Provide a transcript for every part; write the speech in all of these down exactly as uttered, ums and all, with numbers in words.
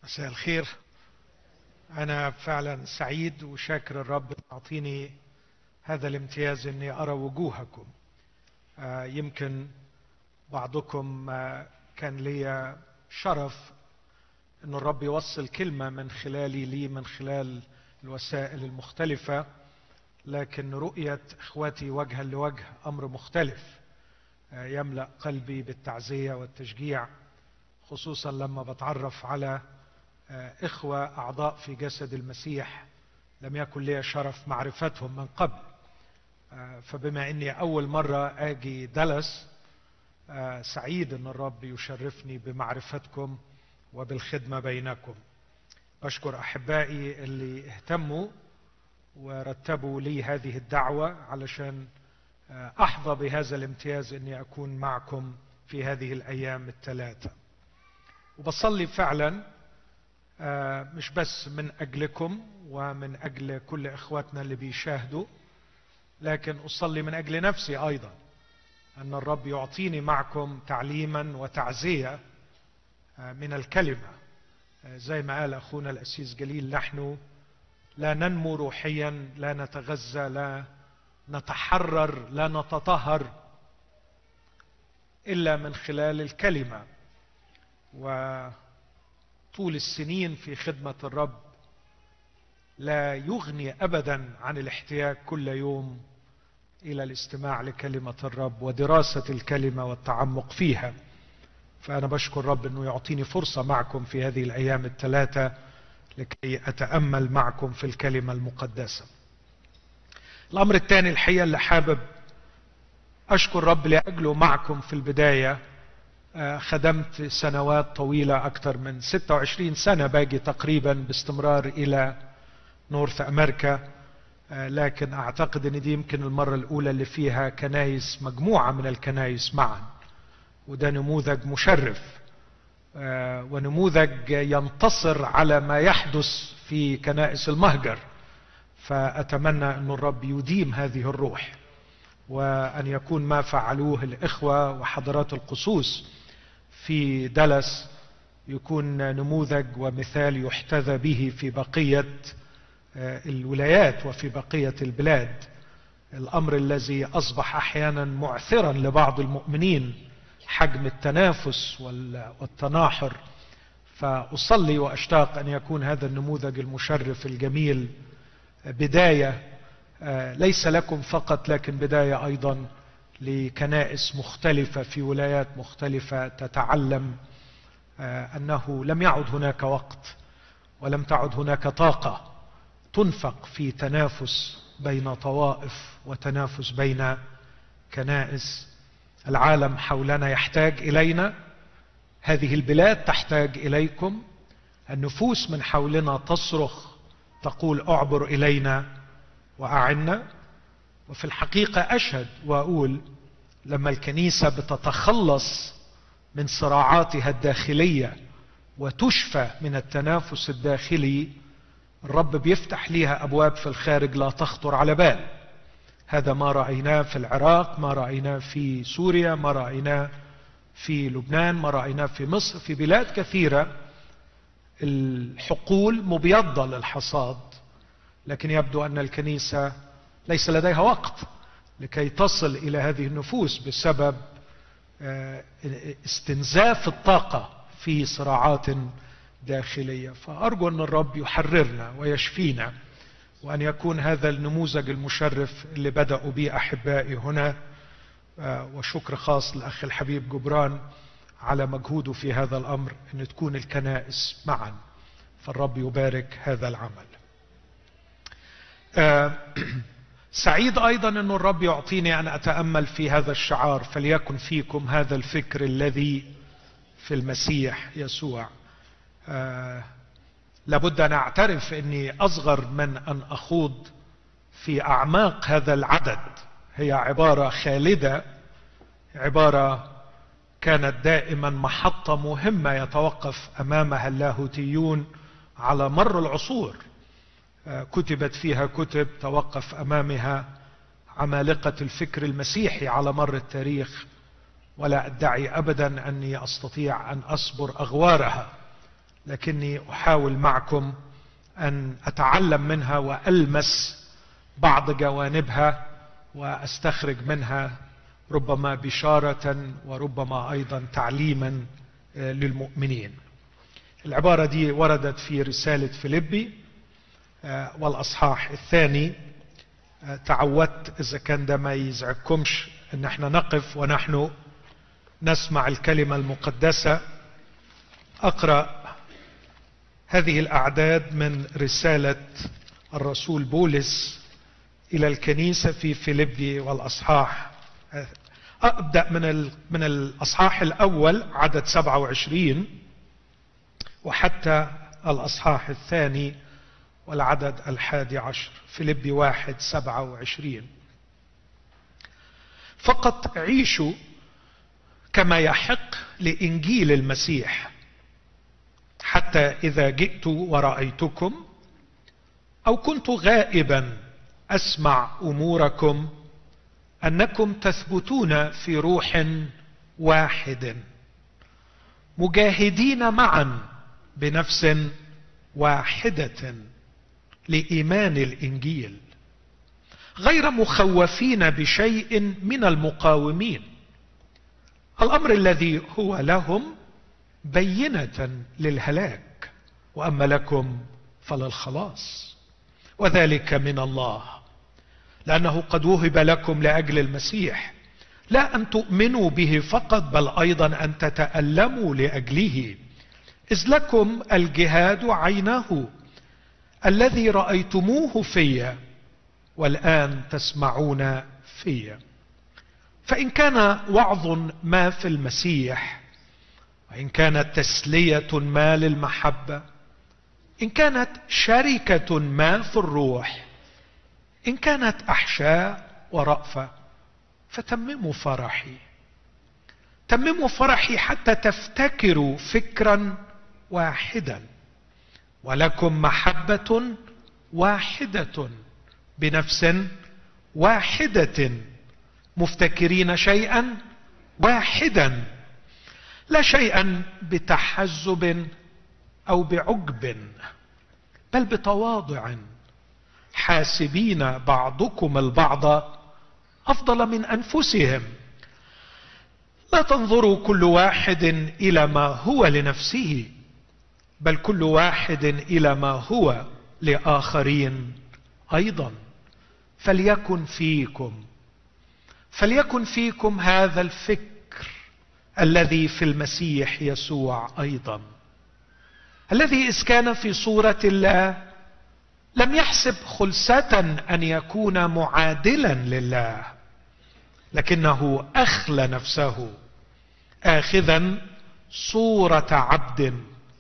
مساء الخير. أنا فعلا سعيد وشاكر الرب أعطيني هذا الامتياز أني أرى وجوهكم. آه يمكن بعضكم آه كان لي شرف أن الرب يوصل كلمة من خلالي لي من خلال الوسائل المختلفة، لكن رؤية إخواتي وجها لوجه أمر مختلف آه يملأ قلبي بالتعزية والتشجيع، خصوصا لما بتعرف على إخوة أعضاء في جسد المسيح لم يكن لي شرف معرفتهم من قبل. فبما أني أول مرة آجي دالاس، سعيد أن الرب يشرفني بمعرفتكم وبالخدمة بينكم. أشكر أحبائي اللي اهتموا ورتبوا لي هذه الدعوة علشان أحظى بهذا الامتياز أني أكون معكم في هذه الأيام الثلاثة. وبصلي فعلا مش بس من أجلكم ومن أجل كل إخواتنا اللي بيشاهدوا، لكن أصلي من أجل نفسي أيضا أن الرب يعطيني معكم تعليما وتعزية من الكلمة. زي ما قال أخونا الأسيس جليل، نحن لا ننمو روحيا، لا نتغذى، لا نتحرر، لا نتطهر إلا من خلال الكلمة. و طول السنين في خدمة الرب لا يغني أبدا عن الاحتياج كل يوم إلى الاستماع لكلمة الرب ودراسة الكلمة والتعمق فيها. فأنا بشكر الرب أنه يعطيني فرصة معكم في هذه الأيام الثلاثة لكي أتأمل معكم في الكلمة المقدسة. الأمر الثاني الحقيقة اللي حابب أشكر الرب لأجله معكم في البداية، خدمت سنوات طويلة أكثر من ستة وعشرين سنة باجي تقريبا باستمرار إلى نورث أمريكا، لكن أعتقد أن دي يمكن المرة الأولى اللي فيها كنايس، مجموعة من الكنايس معا، وده نموذج مشرف ونموذج ينتصر على ما يحدث في كنائس المهجر. فأتمنى أن الرب يديم هذه الروح، وأن يكون ما فعلوه الإخوة وحضرات القصوص في دالاس يكون نموذج ومثال يحتذى به في بقية الولايات وفي بقية البلاد. الأمر الذي أصبح أحيانا معثرا لبعض المؤمنين، حجم التنافس والتناحر. فأصلي وأشتاق أن يكون هذا النموذج المشرف الجميل بداية ليس لكم فقط، لكن بداية أيضا لكنائس مختلفة في ولايات مختلفة تتعلم أنه لم يعد هناك وقت ولم تعد هناك طاقة تنفق في تنافس بين طوائف وتنافس بين كنائس. العالم حولنا يحتاج إلينا، هذه البلاد تحتاج إليكم، النفوس من حولنا تصرخ تقول اعبر إلينا وأعنا. وفي الحقيقة أشهد وأقول لما الكنيسة بتتخلص من صراعاتها الداخلية وتشفى من التنافس الداخلي، الرب بيفتح ليها أبواب في الخارج لا تخطر على بال. هذا ما رأيناه في العراق، ما رأيناه في سوريا، ما رأيناه في لبنان، ما رأيناه في مصر، في بلاد كثيرة الحقول مبيضة للحصاد، لكن يبدو أن الكنيسة ليس لديها وقت لكي تصل إلى هذه النفوس بسبب استنزاف الطاقة في صراعات داخلية. فأرجو أن الرب يحررنا ويشفينا، وأن يكون هذا النموذج المشرف اللي بدأوا به أحبائي هنا. وشكر خاص للأخ الحبيب جبران على مجهوده في هذا الأمر، أن تكون الكنائس معا. فالرب يبارك هذا العمل. سعيد أيضا أن الرب يعطيني أن أتأمل في هذا الشعار: فليكن فيكم هذا الفكر الذي في المسيح يسوع. آه لابد أن أعترف أني أصغر من أن أخوض في أعماق هذا العدد. هي عبارة خالدة، عبارة كانت دائما محطة مهمة يتوقف أمامها اللاهوتيون على مر العصور. كتبت فيها كتب توقف أمامها عمالقة الفكر المسيحي على مر التاريخ، ولا أدعي أبدا أني أستطيع أن أصبر أغوارها، لكني أحاول معكم أن أتعلم منها وألمس بعض جوانبها وأستخرج منها ربما بشارة وربما أيضا تعليما للمؤمنين. العبارة دي وردت في رسالة فيليبي والأصحاح الثاني. تعودت إذا كان ده ما يزعجكمش أن احنا نقف ونحن نسمع الكلمة المقدسة. أقرأ هذه الأعداد من رسالة الرسول بولس إلى الكنيسة في فيليبي والأصحاح. أبدأ من من الأصحاح الأول عدد سبعة وعشرين وحتى الأصحاح الثاني والعدد الحادي عشر. فيليبي واحد سبعة وعشرين: فقط عيشوا كما يحق لإنجيل المسيح، حتى إذا جئت ورأيتكم أو كنت غائبا أسمع أموركم أنكم تثبتون في روح واحد، مجاهدين معا بنفس واحدة لإيمان الإنجيل، غير مخوفين بشيء من المقاومين، الأمر الذي هو لهم بينة للهلاك وأما لكم فللخلاص، وذلك من الله، لأنه قد وهب لكم لأجل المسيح لا أن تؤمنوا به فقط بل أيضا أن تتألموا لأجله، إذ لكم الجهاد عينه الذي رأيتموه في والآن تسمعون في. فإن كان وعظ ما في المسيح، وإن كانت تسلية ما للمحبة، إن كانت شركة ما في الروح، إن كانت أحشاء ورأفة، فتمموا فرحي. تمموا فرحي حتى تفتكروا فكرا واحدا، ولكم محبة واحدة بنفس واحدة، مفتكرين شيئا واحدا، لا شيئا بتحزب أو بعجب، بل بتواضع، حاسبين بعضكم البعض أفضل من أنفسهم. لا تنظروا كل واحد إلى ما هو لنفسه، بل كل واحد إلى ما هو لآخرين أيضا. فليكن فيكم فليكن فيكم هذا الفكر الذي في المسيح يسوع أيضا، الذي إذ كان في صورة الله لم يحسب خلسة أن يكون معادلا لله، لكنه أخلى نفسه آخذا صورة عبد،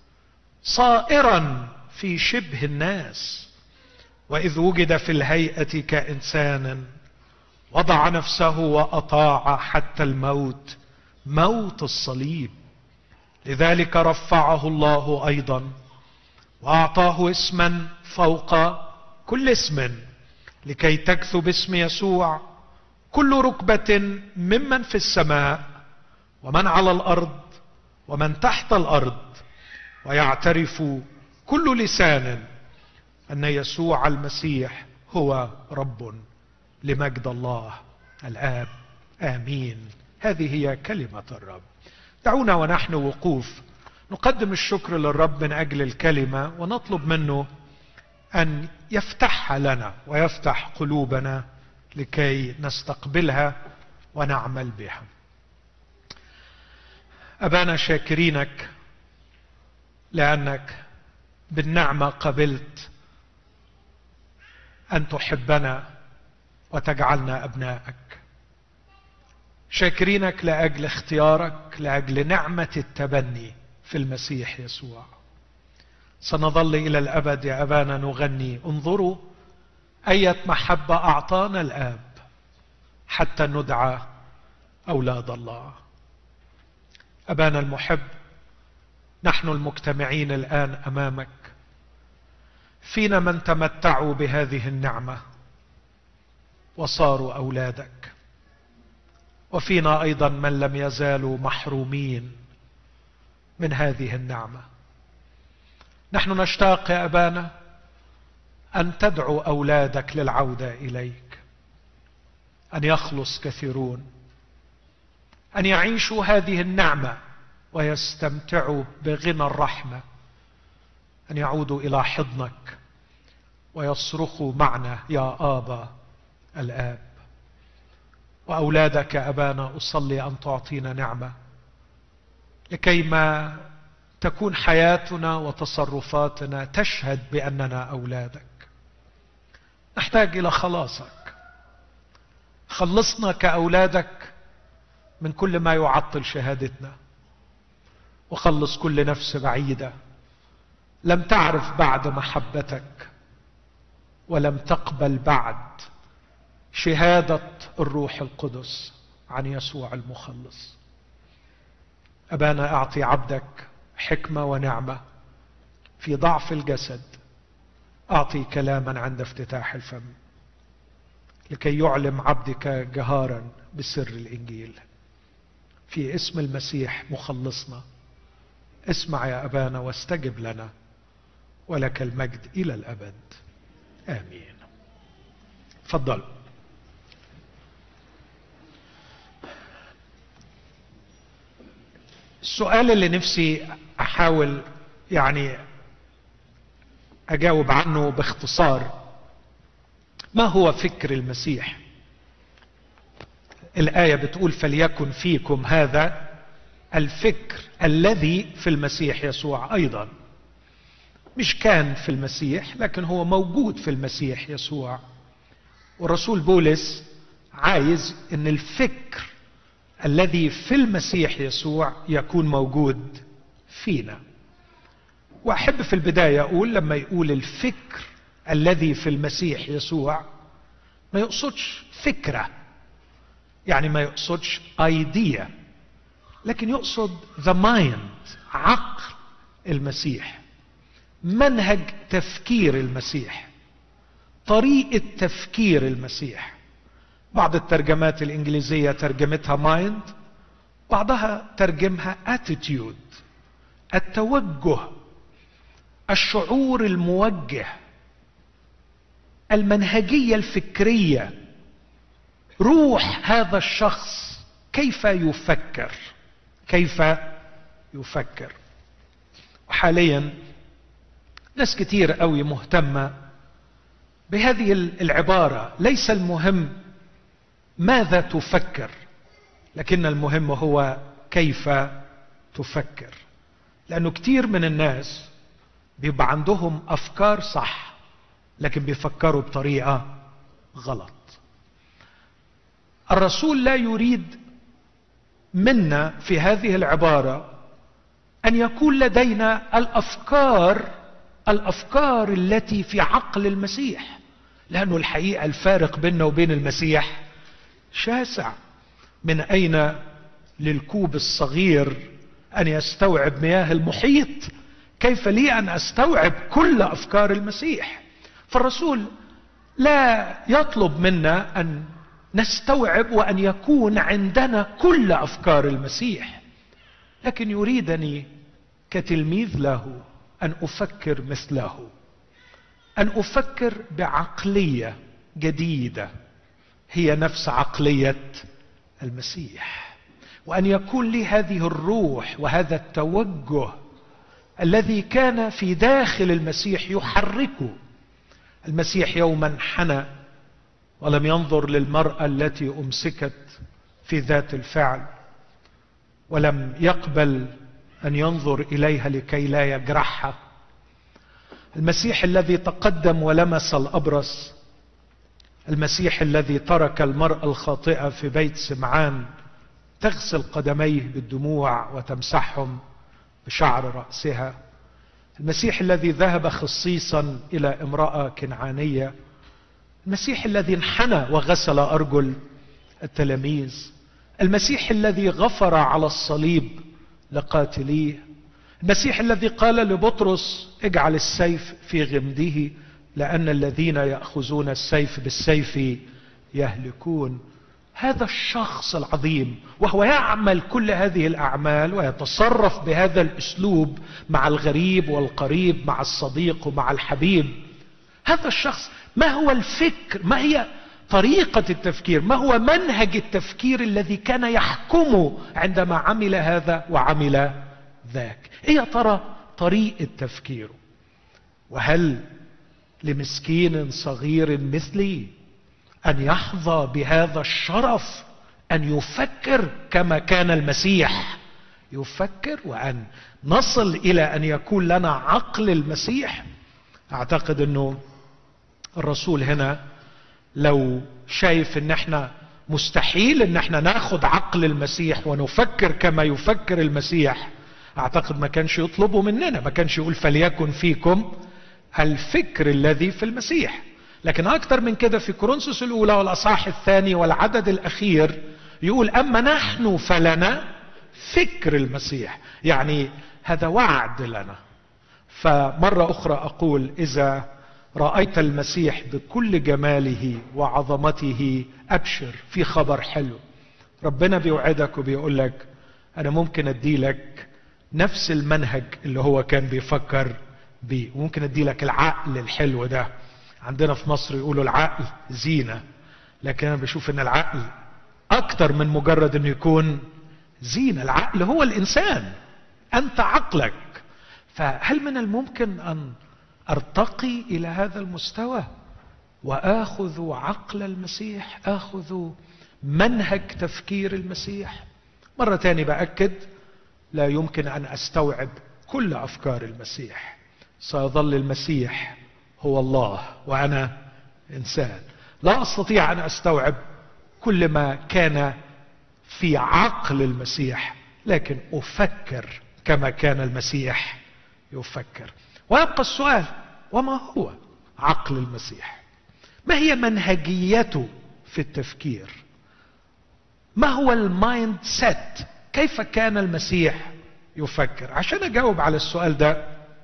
صائرا في شبه الناس، وإذ وجد في الهيئة كإنسان وضع نفسه وأطاع حتى الموت، موت الصليب. لذلك رفعه الله أيضا وأعطاه اسما فوق كل اسم، لكي تكثب اسم يسوع كل ركبة ممن في السماء ومن على الأرض ومن تحت الأرض، ويعترف كل لسان أن يسوع المسيح هو رب، لمجد الله الآب. آمين. هذه هي كلمة الرب. دعونا ونحن وقوف نقدم الشكر للرب من أجل الكلمة، ونطلب منه أن يفتحها لنا ويفتح قلوبنا لكي نستقبلها ونعمل بها. أبانا شاكرينك لأنك بالنعمة قبلت أن تحبنا وتجعلنا أبنائك. شاكرينك لأجل اختيارك، لأجل نعمة التبني في المسيح يسوع. سنظل إلى الأبد يا أبانا نغني: انظروا أية محبة أعطانا الآب حتى ندعى أولاد الله. أبانا المحب، نحن المجتمعين الآن أمامك، فينا من تمتعوا بهذه النعمة وصاروا أولادك، وفينا أيضا من لم يزالوا محرومين من هذه النعمة. نحن نشتاق يا أبانا أن تدعو أولادك للعودة إليك، أن يخلص كثيرون، أن يعيشوا هذه النعمة ويستمتعوا بغنى الرحمة، أن يعودوا إلى حضنك ويصرخوا معنا يا آبا الآب. وأولادك يا أبانا أصلي أن تعطينا نعمة لكيما تكون حياتنا وتصرفاتنا تشهد بأننا أولادك. نحتاج إلى خلاصك، خلصنا كأولادك من كل ما يعطل شهادتنا، وخلص كل نفس بعيدة لم تعرف بعد محبتك ولم تقبل بعد شهادة الروح القدس عن يسوع المخلص. أبانا أعطي عبدك حكمة ونعمة في ضعف الجسد، أعطي كلاما عند افتتاح الفم لكي يعلم عبدك جهارا بسر الإنجيل. في اسم المسيح مخلصنا اسمع يا أبانا واستجب لنا، ولك المجد إلى الأبد آمين. تفضل. السؤال اللي نفسي أحاول يعني أجاوب عنه باختصار، ما هو فكر المسيح؟ الآية بتقول فليكن فيكم هذا الفكر الذي في المسيح يسوع أيضا. مش كان في المسيح، لكن هو موجود في المسيح يسوع. والرسول بولس عايز ان الفكر الذي في المسيح يسوع يكون موجود فينا. واحب في البداية اقول لما يقول الفكر الذي في المسيح يسوع ما يقصدش فكرة، يعني ما يقصدش idea، لكن يقصد the mind، عقل المسيح، منهج تفكير المسيح، طريقة تفكير المسيح. بعض الترجمات الإنجليزية ترجمتها mind، بعضها ترجمها attitude، التوجه، الشعور الموجه، المنهجية الفكرية، روح هذا الشخص كيف يفكر، كيف يفكر. وحاليا ناس كتير قوي مهتمة بهذه العبارة. ليس المهم ماذا تفكر، لكن المهم هو كيف تفكر. لأنه كتير من الناس بيبقى عندهم أفكار صح، لكن بيفكروا بطريقة غلط. الرسول لا يريد منا في هذه العبارة أن يكون لدينا الأفكار الأفكار التي في عقل المسيح، لأنه الحقيقة الفارق بيننا وبين المسيح شاسع. من أين للكوب الصغير أن يستوعب مياه المحيط؟ كيف لي أن أستوعب كل أفكار المسيح؟ فالرسول لا يطلب منا أن نستوعب وأن يكون عندنا كل أفكار المسيح، لكن يريدني كتلميذ له أن أفكر مثله، أن أفكر بعقلية جديدة هي نفس عقلية المسيح، وأن يكون لي هذه الروح وهذا التوجه الذي كان في داخل المسيح يحركه. المسيح يوما حنى ولم ينظر للمرأة التي أمسكت في ذات الفعل، ولم يقبل أن ينظر إليها لكي لا يجرحها. المسيح الذي تقدم ولمس الأبرص، المسيح الذي ترك المرأة الخاطئة في بيت سمعان تغسل قدميه بالدموع وتمسحهم بشعر رأسها، المسيح الذي ذهب خصيصا إلى امرأة كنعانية، المسيح الذي انحنى وغسل أرجل التلاميذ، المسيح الذي غفر على الصليب لقاتليه، المسيح الذي قال لبطرس اجعل السيف في غمده لأن الذين يأخذون السيف بالسيف يهلكون. هذا الشخص العظيم وهو يعمل كل هذه الأعمال ويتصرف بهذا الأسلوب مع الغريب والقريب، مع الصديق ومع الحبيب، هذا الشخص ما هو الفكر، ما هي طريقة التفكير، ما هو منهج التفكير الذي كان يحكمه عندما عمل هذا وعمل ذاك؟ ايه يا ترى طريقة تفكيره؟ وهل لمسكين صغير مثلي أن يحظى بهذا الشرف أن يفكر كما كان المسيح يفكر، وأن نصل إلى أن يكون لنا عقل المسيح؟ أعتقد أنه الرسول هنا لو شايف أن احنا مستحيل أن احنا ناخد عقل المسيح ونفكر كما يفكر المسيح، أعتقد ما كانش يطلبه مننا، ما كانش يقول فليكن فيكم الفكر الذي في المسيح. لكن أكثر من كده في كورنثوس الأولى والأصحاح الثاني والعدد الأخير يقول أما نحن فلنا فكر المسيح، يعني هذا وعد لنا. فمرة أخرى أقول إذا رأيت المسيح بكل جماله وعظمته أبشر، في خبر حلو، ربنا بيوعدك وبيقول لك أنا ممكن أدي لك نفس المنهج اللي هو كان بيفكر بيه، وممكن أدي لك العقل الحلو ده. عندنا في مصر يقولوا العقل زينة، لكن أنا بشوف أن العقل أكتر من مجرد أنه يكون زينة. العقل هو الإنسان، أنت عقلك. فهل من الممكن أن أرتقي إلى هذا المستوى وآخذ عقل المسيح، آخذ منهج تفكير المسيح؟ مرة تاني بأكد، لا يمكن أن أستوعب كل أفكار المسيح، سيظل المسيح هو الله وأنا إنسان. لا أستطيع أن أستوعب كل ما كان في عقل المسيح، لكن أفكر كما كان المسيح يفكر. ويبقى السؤال، وما هو عقل المسيح؟ ما هي منهجيته في التفكير؟ ما هو المايند سيت؟ كيف كان المسيح يفكر؟ عشان أجاوب على السؤال ده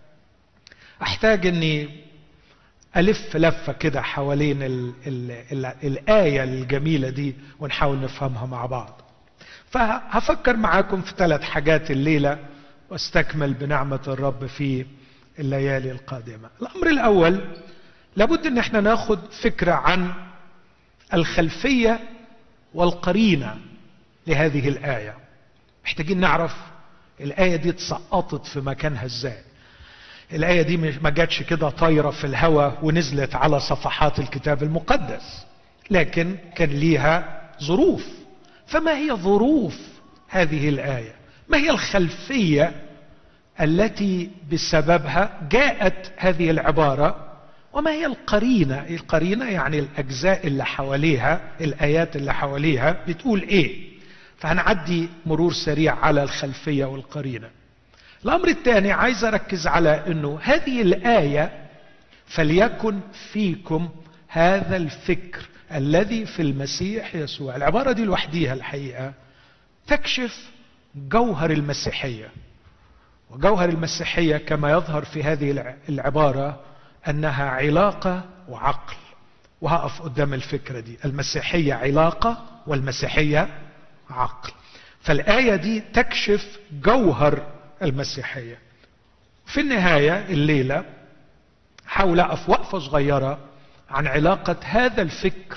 أحتاج أني ألف لفة كده حوالين ال ال ال الآية الجميلة دي ونحاول نفهمها مع بعض. فهفكر معاكم في ثلاث حاجات الليلة واستكمل بنعمة الرب في الليالي القادمة. الأمر الأول، لابد أن احنا ناخد فكرة عن الخلفية والقرينة لهذه الآية. محتاجين نعرف الآية دي اتسقطت في مكانها ازاي. الآية دي ما جاتش كده طايرة في الهواء ونزلت على صفحات الكتاب المقدس، لكن كان ليها ظروف. فما هي ظروف هذه الآية؟ ما هي الخلفية التي بسببها جاءت هذه العبارة؟ وما هي القرينة؟ القرينة يعني الأجزاء اللي حواليها، الآيات اللي حواليها بتقول إيه؟ فهنعدي مرور سريع على الخلفية والقرينة. الأمر الثاني عايز أركز على أنه هذه الآية فليكن فيكم هذا الفكر الذي في المسيح يسوع. العبارة دي لوحديها الحقيقة تكشف جوهر المسيحية. وجوهر المسيحية كما يظهر في هذه العبارة أنها علاقة وعقل. وهقف قدام الفكرة دي، المسيحية علاقة والمسيحية عقل. فالآية دي تكشف جوهر المسيحية. في النهاية الليلة حاول أقف وقفة صغيرة عن علاقة هذا الفكر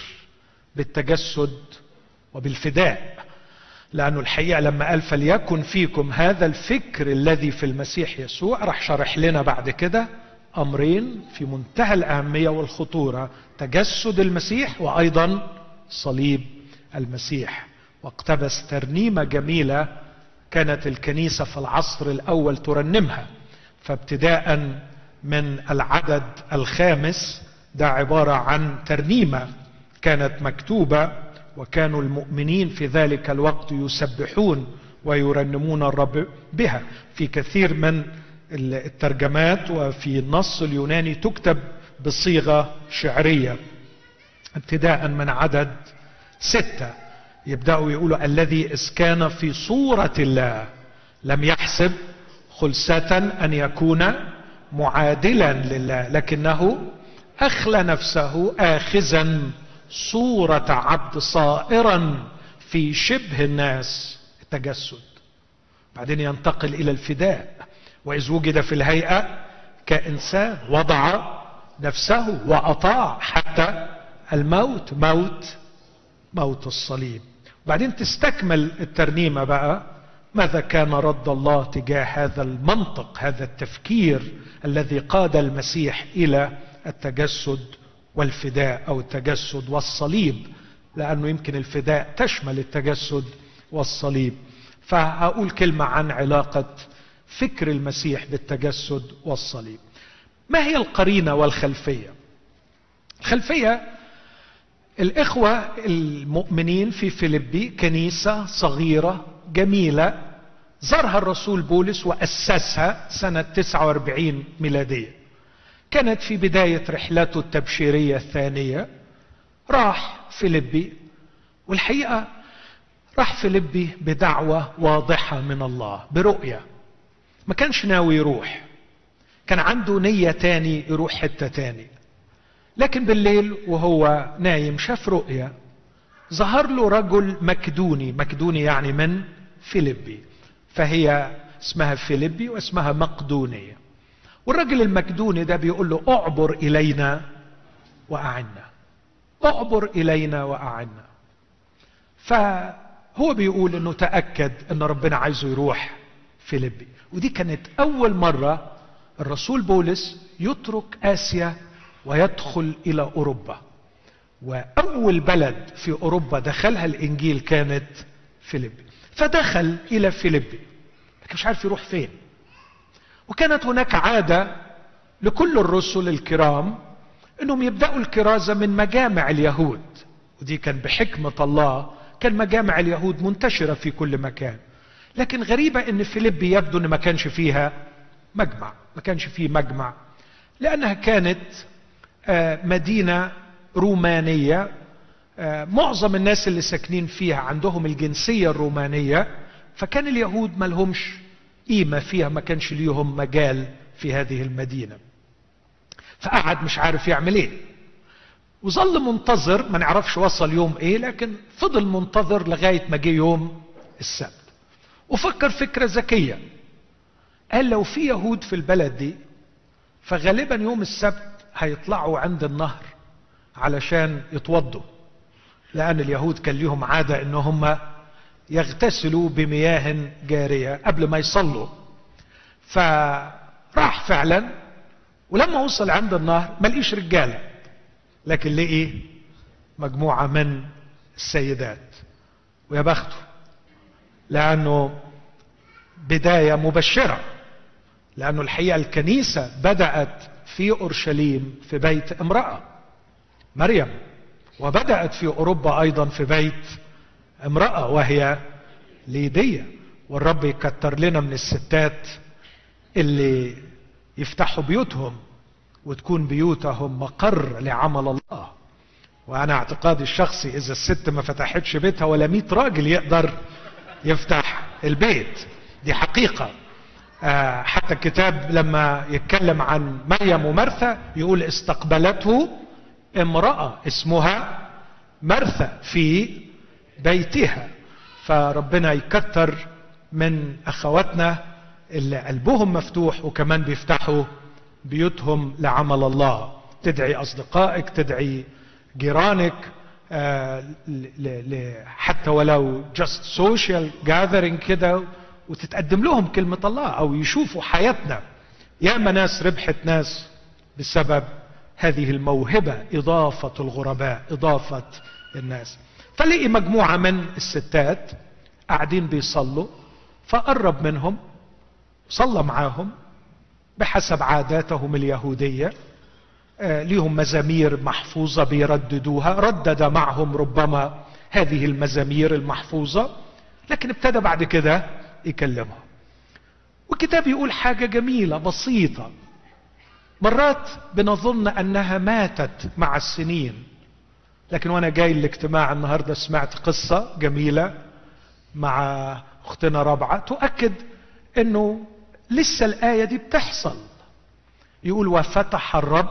بالتجسد وبالفداء، لأنه الحقيقة لما قال فليكن فيكم هذا الفكر الذي في المسيح يسوع، راح شرح لنا بعد كده أمرين في منتهى الأهمية والخطورة: تجسد المسيح وأيضا صليب المسيح. واقتبس ترنيمة جميلة كانت الكنيسة في العصر الأول ترنمها. فابتداء من العدد الخامس ده عبارة عن ترنيمة كانت مكتوبة، وكانوا المؤمنين في ذلك الوقت يسبحون ويرنمون الرب بها. في كثير من الترجمات وفي النص اليوناني تكتب بصيغة شعرية. ابتداء من عدد ستة يبدأوا يقولوا: الذي إذ كان في صورة الله لم يحسب خلسة أن يكون معادلا لله، لكنه أخلى نفسه آخذا صورة عبد صائرا في شبه الناس التجسد، بعدين ينتقل إلى الفداء، وإذ وجد في الهيئة كإنسان وضع نفسه وأطاع حتى الموت، موت موت الصليب. وبعدين تستكمل الترنيمة بقى: ماذا كان رد الله تجاه هذا المنطق، هذا التفكير الذي قاد المسيح إلى التجسد والفداء، أو التجسد والصليب، لأنه يمكن الفداء تشمل التجسد والصليب. فهقول كلمة عن علاقة فكر المسيح بالتجسد والصليب. ما هي القرينة والخلفية؟ الخلفية: الإخوة المؤمنين في فيلبي كنيسة صغيرة جميلة زارها الرسول بولس وأسسها سنة تسعة وأربعين ميلادية. كانت في بداية رحلته التبشيرية الثانية. راح فيلبي، والحقيقة راح فيلبي بدعوة واضحة من الله، برؤية. ما كانش ناوي يروح، كان عنده نية تاني يروح حتة تاني، لكن بالليل وهو نايم شاف رؤية. ظهر له رجل مكدوني، مكدوني يعني من فيلبي، فهي اسمها فيلبي واسمها مقدونية. والرجل المكدوني ده بيقول له: اعبر إلينا وأعنا، اعبر إلينا وأعنا. فهو بيقول انه تأكد ان ربنا عايزه يروح فيلبي. ودي كانت اول مرة الرسول بولس يترك آسيا ويدخل إلى أوروبا، وأول بلد في أوروبا دخلها الإنجيل كانت فيلبي. فدخل إلى فيلبي لكن مش عارف يروح فين. وكانت هناك عادة لكل الرسل الكرام أنهم يبدأوا الكرازة من مجامع اليهود، ودي كان بحكمة الله، كان مجامع اليهود منتشرة في كل مكان. لكن غريبة أن فيلبي يبدو أن ما كانش فيها مجمع، ما كانش فيه مجمع، لأنها كانت مدينة رومانية. معظم الناس اللي ساكنين فيها عندهم الجنسية الرومانية، فكان اليهود ما لهمش قيمة فيها، ما كانش ليهم مجال في هذه المدينة. فقعد مش عارف يعمل ايه، وظل منتظر، ما نعرفش وصل يوم ايه، لكن فضل منتظر لغاية ما جه يوم السبت. وفكر فكرة ذكية، قال لو في يهود في البلد دي فغالبا يوم السبت هيطلعوا عند النهر علشان يتوضوا، لأن اليهود كان ليهم عادة ان هم يغتسلوا بمياه جارية قبل ما يصلوا. فراح فعلا، ولما وصل عند النهر ما لقيش رجالة، لكن لقي مجموعة من السيدات. ويا بخته، لأنه بداية مبشرة، لأنه الحقيقة الكنيسة بدأت في أورشليم في بيت امرأة مريم، وبدأت في أوروبا أيضا في بيت امرأة وهي ليدية. والرب يكتر لنا من الستات اللي يفتحوا بيوتهم وتكون بيوتهم مقر لعمل الله. وأنا اعتقادي الشخصي إذا الست ما فتحتش بيتها ولا مئة راجل يقدر يفتح البيت، دي حقيقة. آه حتى الكتاب لما يتكلم عن مريم ومرثا يقول استقبلته امرأة اسمها مرثا في بيتها. فربنا يكتر من أخواتنا اللي قلبهم مفتوح وكمان بيفتحوا بيوتهم لعمل الله. تدعي أصدقائك، تدعي جيرانك، آه حتى ولو just social gathering كده، وتتقدم لهم كلمة الله أو يشوفوا حياتنا. ياما ناس ربحت ناس بسبب هذه الموهبة، إضافة الغرباء، إضافة الناس. فلقي مجموعة من الستات قاعدين بيصلوا، فقرب منهم صلى معاهم بحسب عاداتهم اليهودية. آه ليهم مزامير محفوظة بيرددوها، ردد معهم ربما هذه المزامير المحفوظة، لكن ابتدى بعد كده يكلمها. والكتاب يقول حاجة جميلة بسيطة، مرات بنظن أنها ماتت مع السنين، لكن وأنا جاي الاجتماع النهاردة سمعت قصة جميلة مع أختنا رابعة تؤكد أنه لسه الآية دي بتحصل. يقول وفتح الرب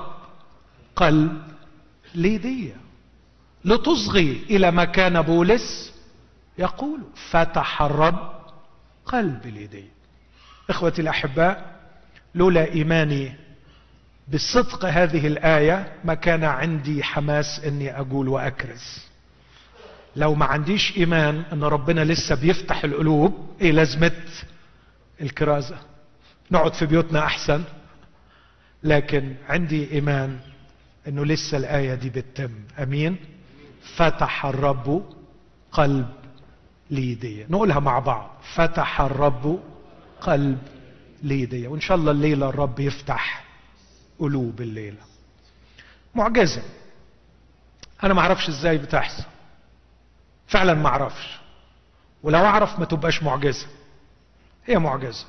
قلب ليديا لتصغي إلى ما كان بولس يقول فتح الرب قلب ليديا. اخوتي الاحباء، لولا ايماني بصدق هذه الايه ما كان عندي حماس اني اقول واكرز. لو ما عنديش ايمان ان ربنا لسه بيفتح القلوب، ايه لازمه الكرازه؟ نقعد في بيوتنا احسن. لكن عندي ايمان انه لسه الايه دي بتتم. امين. فتح الرب قلب ليديا. نقولها مع بعض: فتح الرب قلب ليديا. وان شاء الله الليله الرب يفتح قلوب الليله. معجزه. انا ما اعرفش ازاي بتحصل، فعلا ما اعرفش، ولو اعرف ما تبقاش معجزه. هي معجزه.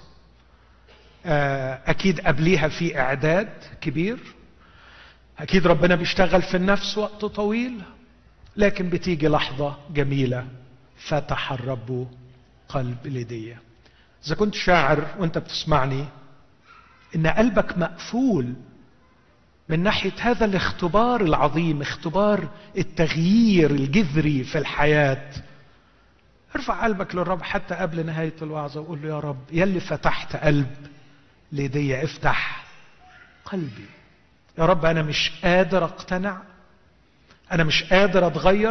اكيد قبليها في اعداد كبير، اكيد ربنا بيشتغل في النفس وقت طويل، لكن بتيجي لحظه جميله: فتح الرب قلب ليديا. اذا كنت شاعر وانت بتسمعني ان قلبك مقفول من ناحيه هذا الاختبار العظيم، اختبار التغيير الجذري في الحياه، ارفع قلبك للرب حتى قبل نهايه الوعظه وقول له: يا رب، يلي فتحت قلب ليديا افتح قلبي. يا رب، انا مش قادر اقتنع، انا مش قادر اتغير،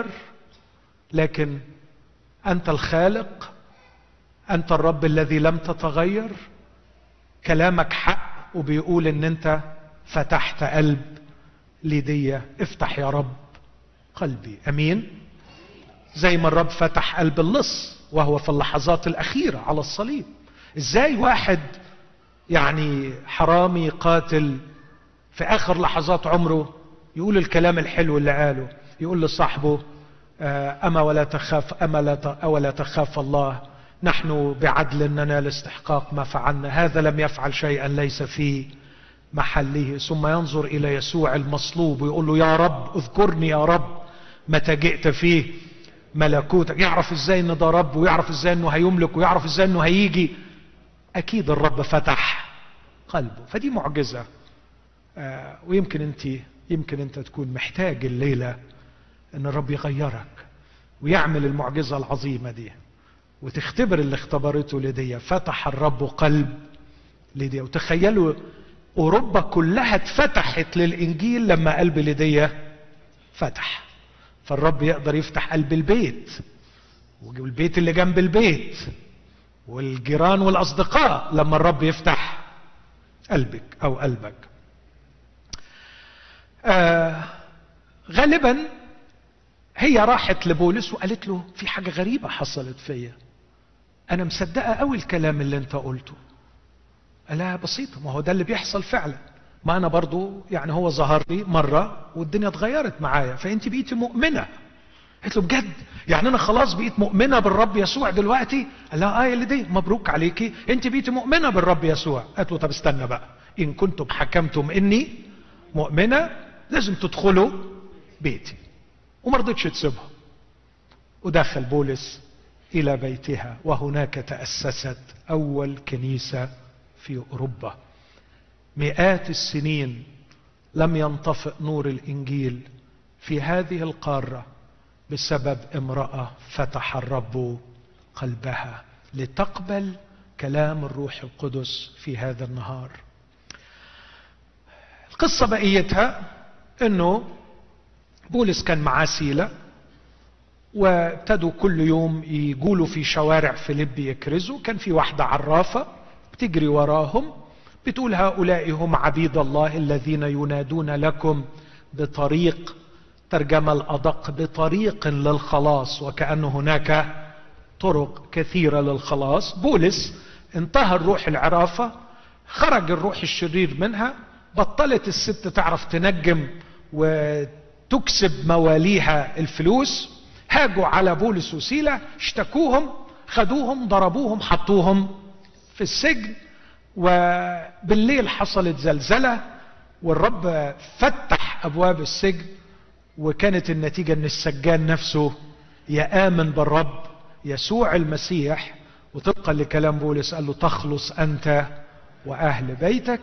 لكن انت الخالق، انت الرب الذي لم تتغير. كلامك حق وبيقول ان انت فتحت قلب ليديا. افتح يا رب قلبي. امين. زي ما الرب فتح قلب اللص وهو في اللحظات الاخيره على الصليب. ازاي واحد يعني حرامي قاتل في اخر لحظات عمره يقول الكلام الحلو اللي قاله، يقول لصاحبه: اما ولا تخاف اما لا اولا تخاف الله، نحن بعدل ننال استحقاق ما فعلنا، هذا لم يفعل شيئا ليس في محله. ثم ينظر الى يسوع المصلوب ويقول له: يا رب اذكرني يا رب متى جئت فيه ملكوتك. يعرف ازاي ان ده رب، ويعرف ازاي انه هيملك، ويعرف ازاي انه هيجي. اكيد الرب فتح قلبه. فدي معجزه. آه ويمكن انت يمكن انت تكون محتاج الليله ان الرب يغيرك ويعمل المعجزه العظيمه دي، وتختبر اللي اختبرته ليديا. فتح الرب قلب ليديا. وتخيلوا اوروبا كلها اتفتحت للانجيل لما قلب ليديا فتح. فالرب يقدر يفتح قلب البيت والبيت اللي جنب البيت والجيران والاصدقاء لما الرب يفتح قلبك او قلبك. آه غالبا هي راحت لبولس وقالت له: في حاجة غريبة حصلت فيا، انا مصدقة قوي الكلام اللي انت قلته. قالها: بسيطة، ما هو ده اللي بيحصل فعلا، ما انا برضو يعني هو ظهر لي مرة والدنيا اتغيرت معايا، فانت بقيتي مؤمنة. قالت له: بجد؟ يعني انا خلاص بقيت مؤمنة بالرب يسوع دلوقتي؟ قال لها: اه يا ليديا، مبروك عليكي، انت بقيتي مؤمنة بالرب يسوع. قالت له: طب استنى بقى، ان كنتم حكمتم اني مؤمنة لازم تدخلوا بيتي. وما رضتش تسيبها، ودخل بولس الى بيتها، وهناك تأسست اول كنيسة في اوروبا. مئات السنين لم ينطفئ نور الانجيل في هذه القارة بسبب امرأة فتح الرب قلبها لتقبل كلام الروح القدس في هذا النهار. القصة بقيتها انه بولس كان معاه سيلة، وابتدوا كل يوم يقولوا في شوارع فيليب يكرزوا. كان في واحدة عرافة بتجري وراهم بتقول: هؤلاء هم عبيد الله الذين ينادون لكم بطريق، ترجمة الأدق، بطريق للخلاص، وكأن هناك طرق كثيرة للخلاص. بولس انتهى الروح العرافة، خرج الروح الشرير منها، بطلت الست تعرف تنجم وتكسب مواليها الفلوس. هاجوا على بولس وسيلة، اشتكوهم، خدوهم، ضربوهم، حطوهم في السجن. وبالليل حصلت زلزلة والرب فتح أبواب السجن، وكانت النتيجة ان السجان نفسه يآمن بالرب يسوع المسيح. وطبقا لكلام بولس قال له: تخلص أنت وأهل بيتك.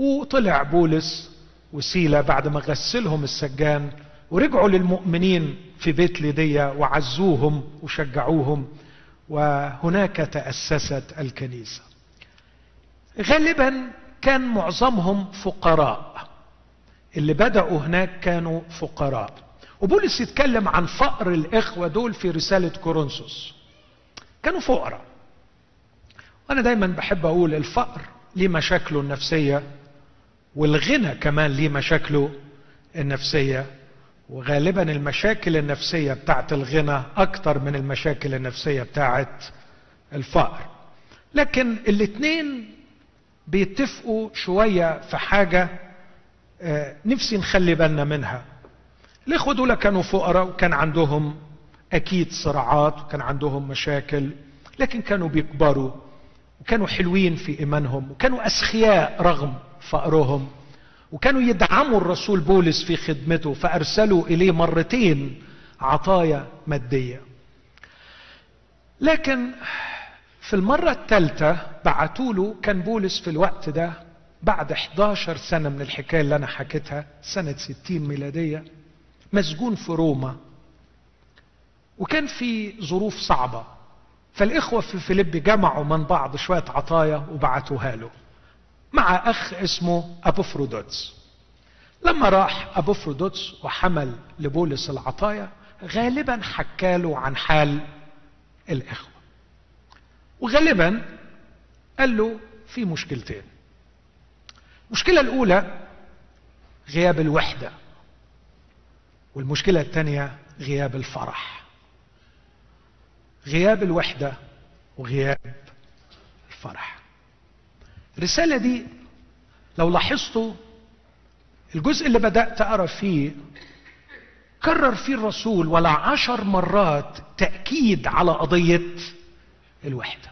وطلع بولس وسيلة بعد ما غسلهم السجان ورجعوا للمؤمنين في بيت ليديا وعزوهم وشجعوهم، وهناك تأسست الكنيسة. غالبا كان معظمهم فقراء، اللي بدأوا هناك كانوا فقراء. وبولس يتكلم عن فقر الإخوة دول في رسالة كورنثوس، كانوا فقراء. وأنا دايما بحب أقول الفقر ليه مشاكله النفسية، والغنى كمان ليه مشاكله النفسية، وغالبا المشاكل النفسية بتاعت الغنى أكتر من المشاكل النفسية بتاعت الفقر. لكن الاتنين بيتفقوا شوية في حاجة نفسي نخلي بالنا منها. الإخوة دول كانوا فقراء، وكان عندهم أكيد صراعات، وكان عندهم مشاكل، لكن كانوا بيكبروا، وكانوا حلوين في إيمانهم، وكانوا أسخياء رغم فقرهم، وكانوا يدعموا الرسول بولس في خدمته، فأرسلوا إليه مرتين عطايا مادية. لكن في المرة الثالثة بعتوا له، كان بولس في الوقت ده بعد إحدى عشرة سنة من الحكاية اللي أنا حكيتها، سنة ستين ميلادية، مسجون في روما، وكان في ظروف صعبة. فالإخوة في فيليب جمعوا من بعض شوية عطايا وبعتوها له مع أخ اسمه أبوفرودوتس. لما راح أبوفرودوتس وحمل لبولس العطايا، غالبا حكاله عن حال الإخوة، وغالبا قال له في مشكلتين. المشكلة الأولى غياب الوحدة، والمشكلة الثانية غياب الفرح. غياب الوحدة وغياب الفرح. الرسالة دي لو لاحظتوا الجزء اللي بدأت أقرأ فيه، كرر فيه الرسول ولا عشر مرات تأكيد على قضية الوحدة.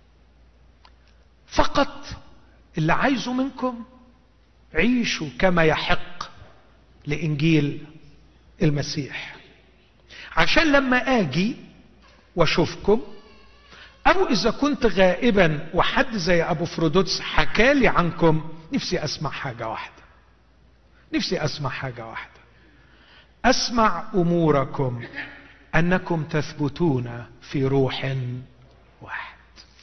فقط اللي عايزه منكم عيشوا كما يحق لإنجيل المسيح، عشان لما آجي واشوفكم، أو إذا كنت غائبا وحد زي أبوفرودوتس حكالي عنكم، نفسي أسمع حاجة واحدة، نفسي أسمع حاجة واحدة، أسمع أموركم أنكم تثبتون في روح واحد.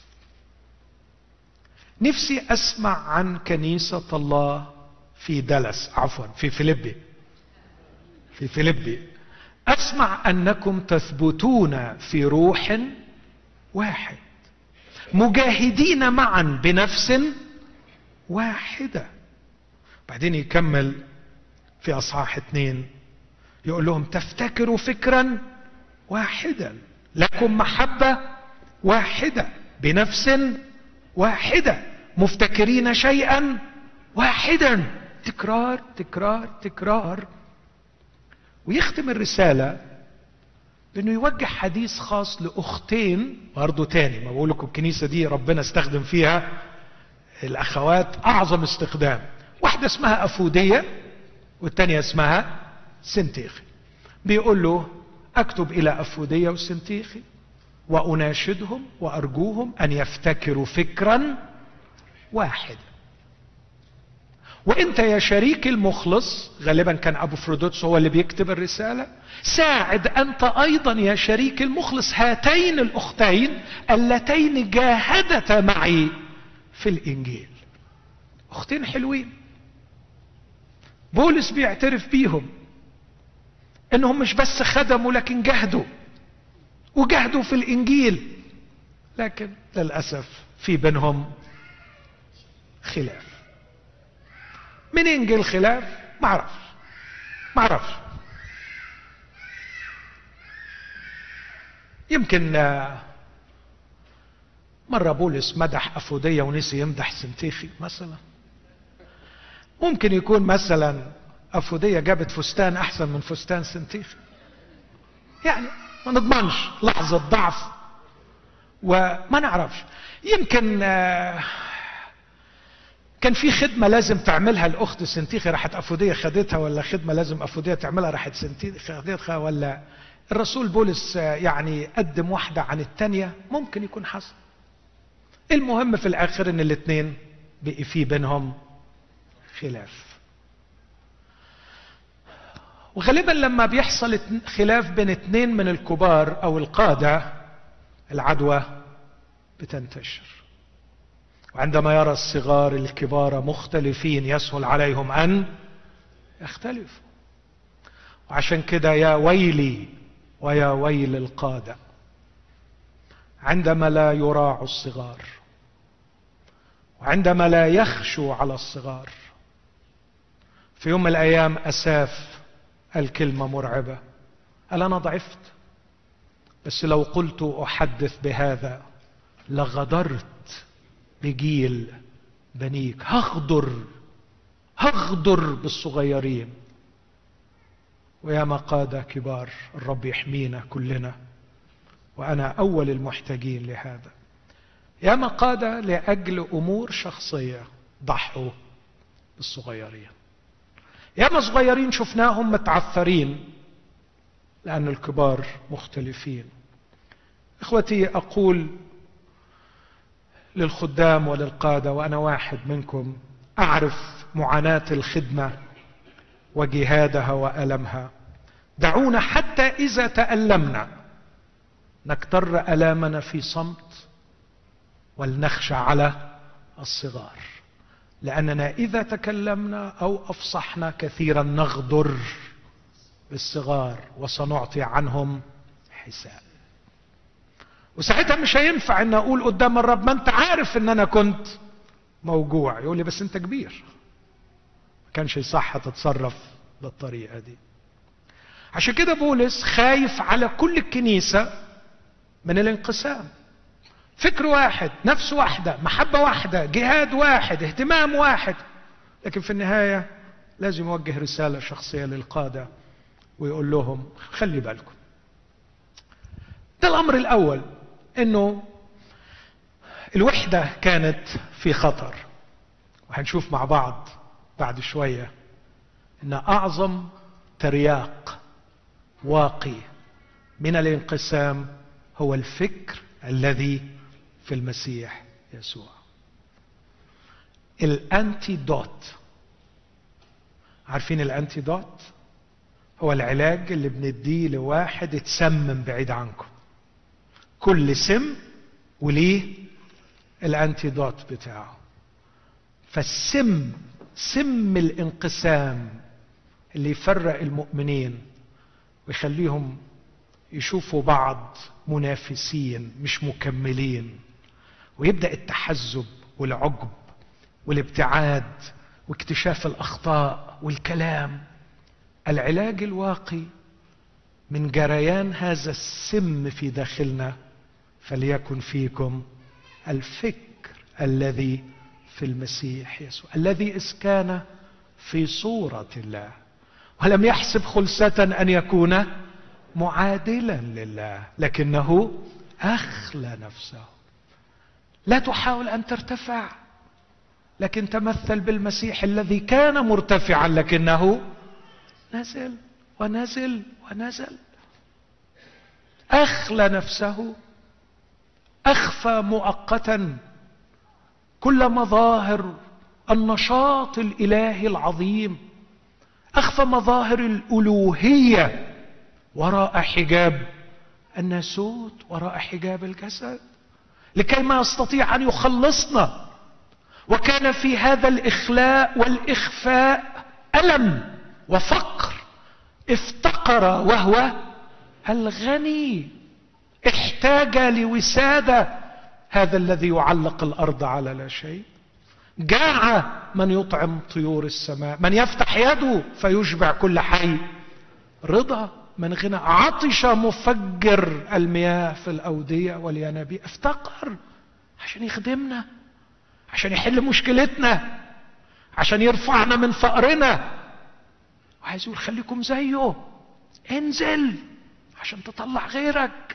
نفسي أسمع عن كنيسة الله في دالاس، عفوا في فيليبي، في فيليبي أسمع أنكم تثبتون في روح واحد، مجاهدين معا بنفس واحدة. بعدين يكمل في أصحاح اثنين يقول لهم تفتكروا فكرا واحدا، لكم محبة واحدة، بنفس واحدة، مفتكرين شيئا واحدا. تكرار تكرار تكرار. ويختم الرسالة بأنه يوجه حديث خاص لأختين برضو تاني. ما بقول لكم الكنيسة دي ربنا استخدم فيها الأخوات أعظم استخدام. واحدة اسمها أفودية والتانية اسمها سنتيخي. بيقول له أكتب إلى أفودية وسنتيخي وأناشدهم وأرجوهم أن يفتكروا فكرا واحدا. وانت يا شريك المخلص، غالبا كان أبوفرودوتس هو اللي بيكتب الرسالة، ساعد انت ايضا يا شريك المخلص هاتين الاختين اللتين جاهدتا معي في الانجيل. اختين حلوين، بولس بيعترف بيهم انهم مش بس خدموا لكن جهدوا وجهدوا في الانجيل، لكن للأسف في بينهم خلاف. منين جه الخلاف؟ ما اعرفش ما اعرفش يمكن مرة بولس مدح أفودية ونسي يمدح سنتيخي مثلا. ممكن يكون مثلا أفودية جابت فستان أحسن من فستان سنتيخي، يعني ما نضمنش، لحظة ضعف وما نعرفش. يمكن كان في خدمة لازم تعملها الأخت سنتيخي راحت أفودية خدتها، ولا خدمة لازم أفودية تعملها راحت سنتيخي خدتها، ولا الرسول بولس يعني قدم واحدة عن التانية، ممكن يكون حصل. المهم في الآخر إن الاثنين بقي في بينهم خلاف. وغالبا لما بيحصل خلاف بين اتنين من الكبار او القادة العدوى بتنتشر. وعندما يرى الصغار الكبار مختلفين يسهل عليهم ان يختلفوا. وعشان كده يا ويلي ويا ويل القادة عندما لا يراعوا الصغار، وعندما لا يخشوا على الصغار. في يوم من الايام اساف الكلمة مرعبة، قال انا ضعفت، بس لو قلت احدث بهذا لغدرت بجيل بنيك. هغدر هغدر بالصغيرين. ويا ما قادة كبار، الرب يحمينا كلنا، وانا اول المحتاجين لهذا. يا ما قادة لاجل امور شخصية ضحوا بالصغيرين. يا ما صغيرين شفناهم متعثرين لان الكبار مختلفين. اخوتي، اقول للخدام وللقادة، وانا واحد منكم، اعرف معاناة الخدمة وجهادها وألمها. دعونا حتى إذا تألمنا نكتر ألامنا في صمت ولنخشى على الصغار، لأننا إذا تكلمنا أو أفصحنا كثيرا نغدر بالصغار وسنعطي عنهم حساب. وساعتها مش هينفع ان اقول قدام الرب ما انت عارف ان انا كنت موجوع. يقول لي بس انت كبير، ما كانش يصح تتصرف بالطريقة دي. عشان كده بولس خايف على كل الكنيسة من الانقسام. فكر واحد، نفس واحدة، محبة واحدة، جهاد واحد، اهتمام واحد. لكن في النهاية لازم يوجه رسالة شخصية للقادة ويقول لهم خلي بالكم. ده الأمر الأول، إنه الوحدة كانت في خطر. وهنشوف مع بعض بعد شوية إن أعظم ترياق واقي من الانقسام هو الفكر الذي في المسيح يسوع. الانتيدوت، عارفين الانتيدوت؟ هو العلاج اللي بنديه لواحد اتسمم بعيد عنكم. كل سم وليه الانتيدوت بتاعه. فالسم، سم الانقسام اللي يفرق المؤمنين ويخليهم يشوفوا بعض منافسين مش مكملين، ويبدأ التحزب والعجب والابتعاد واكتشاف الأخطاء والكلام. العلاج الواقي من جريان هذا السم في داخلنا فليكن فيكم الفكر الذي في المسيح يسوع، الذي إذ كان في صورة الله ولم يحسب خلسة أن يكون معادلا لله، لكنه أخلى نفسه. لا تحاول أن ترتفع، لكن تمثل بالمسيح الذي كان مرتفعا لكنه نزل ونزل ونزل. أخلى نفسه، أخفى مؤقتا كل مظاهر النشاط الإلهي العظيم، أخفى مظاهر الألوهية وراء حجاب الناسوت، وراء حجاب الجسد، لكي ما يستطيع أن يخلصنا. وكان في هذا الإخلاء والإخفاء ألم وفقر. افتقر وهو الغني، احتاج لوسادة هذا الذي يعلق الأرض على لا شيء. جاع من يطعم طيور السماء، من يفتح يده فيشبع كل حي رضا من غنى. عطش مفجر المياه في الأودية والينابيع. افتقر عشان يخدمنا، عشان يحل مشكلتنا، عشان يرفعنا من فقرنا. وعايز يقول خليكم زيه، انزل عشان تطلع غيرك،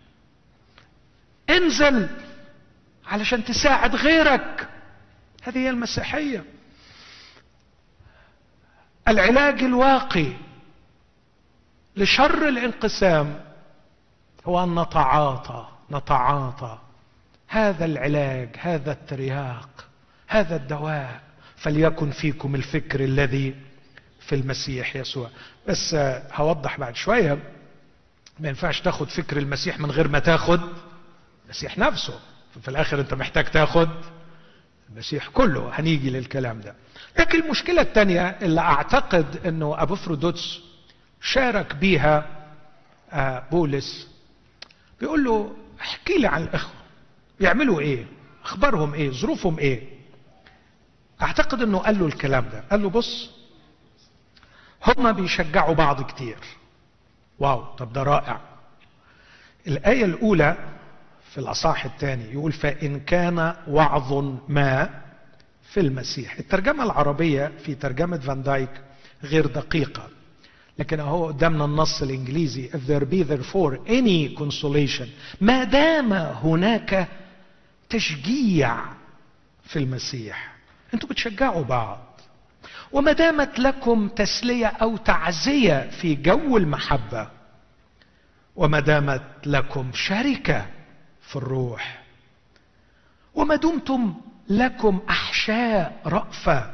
انزل علشان تساعد غيرك. هذه هي المسيحية. العلاج الواقي لشر الانقسام هو أن نتعاطى نتعاطى هذا العلاج، هذا الترياق، هذا الدواء. فليكن فيكم الفكر الذي في المسيح يسوع. بس هوضح بعد شوية، ما ينفعش تاخد فكر المسيح من غير ما تاخد المسيح نفسه. في الاخر انت محتاج تاخد المسيح كله، هنيجي للكلام ده. لكن المشكلة الثانية اللي اعتقد انه ابوفرودوتس شارك بيها بولس، بيقول له احكي لي عن الاخوة، بيعملوا ايه، اخبارهم ايه، ظروفهم ايه. اعتقد انه قال له الكلام ده، قال له بص هما بيشجعوا بعض كتير. واو، طب ده رائع. الآية الأولى في الأصحاح الثاني يقول فإن كان وعظ ما في المسيح. الترجمة العربية في ترجمة فان دايك غير دقيقة، لكن هو قدامنا النص الإنجليزي if there be therefore any consolation، ما دام هناك تشجيع في المسيح، انتوا بتشجعوا بعض، وما دامت لكم تسلية أو تعزية في جو المحبة، وما دامت لكم شركة في الروح، وما دمتم لكم أحشاء رأفة،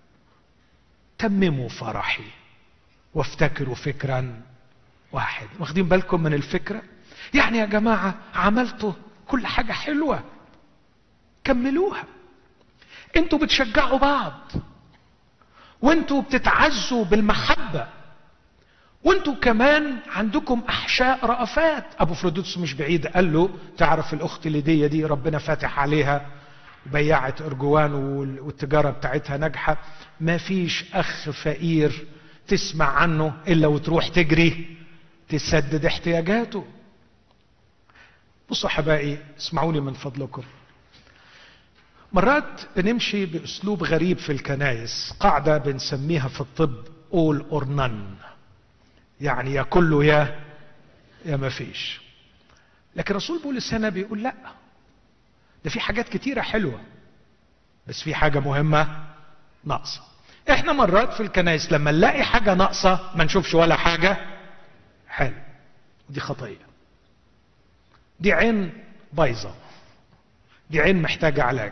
تمموا فرحي وافتكروا فكرا واحد. واخدين بالكم من الفكرة؟ يعني يا جماعة عملتوا كل حاجة حلوة، كملوها. انتوا بتشجعوا بعض، وانتوا بتتعزوا بالمحبة، وانتوا كمان عندكم احشاء رأفات. ابوفروديتوس مش بعيد قال له تعرف الاخت ليديا دي ربنا فاتح عليها، بيعت ارجوان والتجارة بتاعتها ناجحة، ما فيش اخ فقير تسمع عنه الا وتروح تجري تسدد احتياجاته. بصوا حبائي، اسمعوني من فضلكم. مرات بنمشي باسلوب غريب في الكنائس، قاعدة بنسميها في الطب all or none، يعني يا كله يا يا ما فيش. لكن رسول بولس هنا بيقول لا، ده في حاجات كتيرة حلوة، بس في حاجة مهمة ناقصة. احنا مرات في الكنائس لما نلاقي حاجة ناقصة ما نشوفش ولا حاجة حلوة، دي خطية، دي عين بايظة، دي عين محتاجة علاج.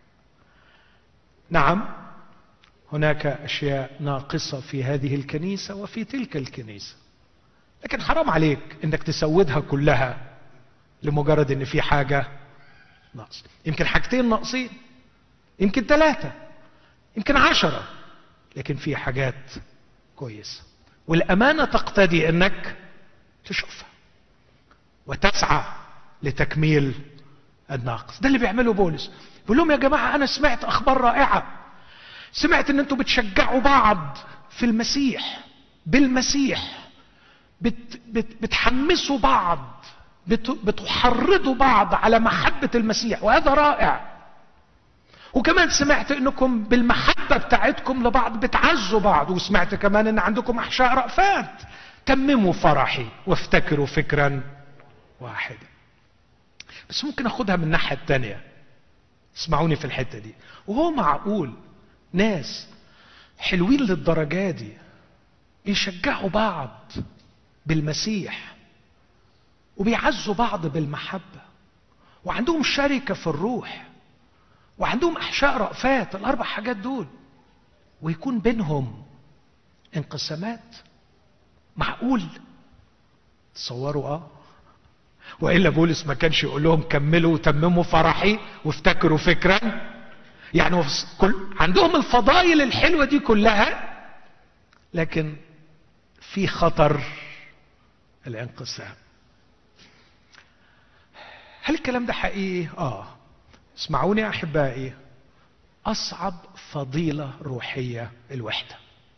نعم هناك أشياء ناقصة في هذه الكنيسة وفي تلك الكنيسة، لكن حرام عليك انك تسودها كلها لمجرد ان في حاجة ناقصة. يمكن حاجتين ناقصين، يمكن ثلاثة، يمكن عشرة، لكن في حاجات كويسة، والأمانة تقتضي انك تشوفها وتسعى لتكميل الناقص. ده اللي بيعمله بولس، بيقول لهم يا جماعة أنا سمعت أخبار رائعة، سمعت ان انتوا بتشجعوا بعض في المسيح، بالمسيح بت بت بتحمسوا بعض، بت بتحرضوا بعض على محبة المسيح، وهذا رائع. وكمان سمعت انكم بالمحبة بتاعتكم لبعض بتعزوا بعض، وسمعت كمان ان عندكم احشاء رأفات، تمموا فرحي وافتكروا فكرا واحدا. بس ممكن اخدها من الناحية التانية، اسمعوني في الحتة دي. وهو معقول ناس حلوين للدرجة دي بيشجعوا بعض بالمسيح وبيعزوا بعض بالمحبة وعندهم شركة في الروح وعندهم احشاء رأفات، الاربع حاجات دول، ويكون بينهم انقسامات؟ معقول؟ تصوروا اه وإلا بولس ما كانش يقول لهم كملوا وتمموا فرحي وافتكروا فكرا. يعني كل عندهم الفضائل الحلوة دي كلها، لكن في خطر الانقسام. هل الكلام ده حقيقي؟ اه اسمعوني يا احبائي، اصعب فضيلة روحية الوحدة.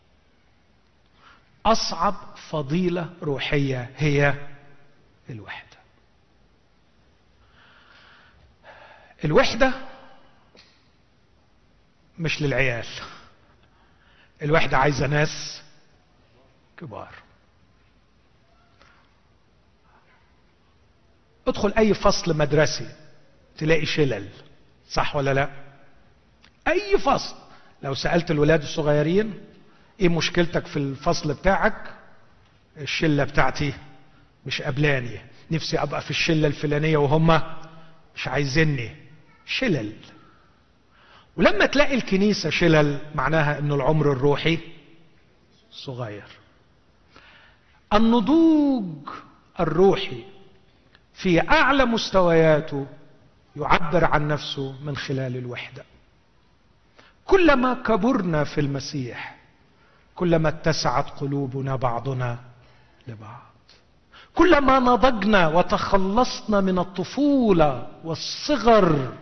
اصعب فضيلة روحية هي الوحدة. الوحدة مش للعيال، الوحدة عايزة ناس كبار. ادخل اي فصل مدرسي تلاقي شلل، صح ولا لا؟ اي فصل لو سألت الولاد الصغيرين ايه مشكلتك في الفصل بتاعك، الشلة بتاعتي مش قبلاني، نفسي ابقى في الشلة الفلانية وهم مش عايزيني. شلل. ولما تلاقي الكنيسة شلل معناها انه العمر الروحي صغير. النضوج الروحي في أعلى مستوياته يعبر عن نفسه من خلال الوحدة. كلما كبرنا في المسيح كلما اتسعت قلوبنا بعضنا لبعض. كلما نضجنا وتخلصنا من الطفولة والصغر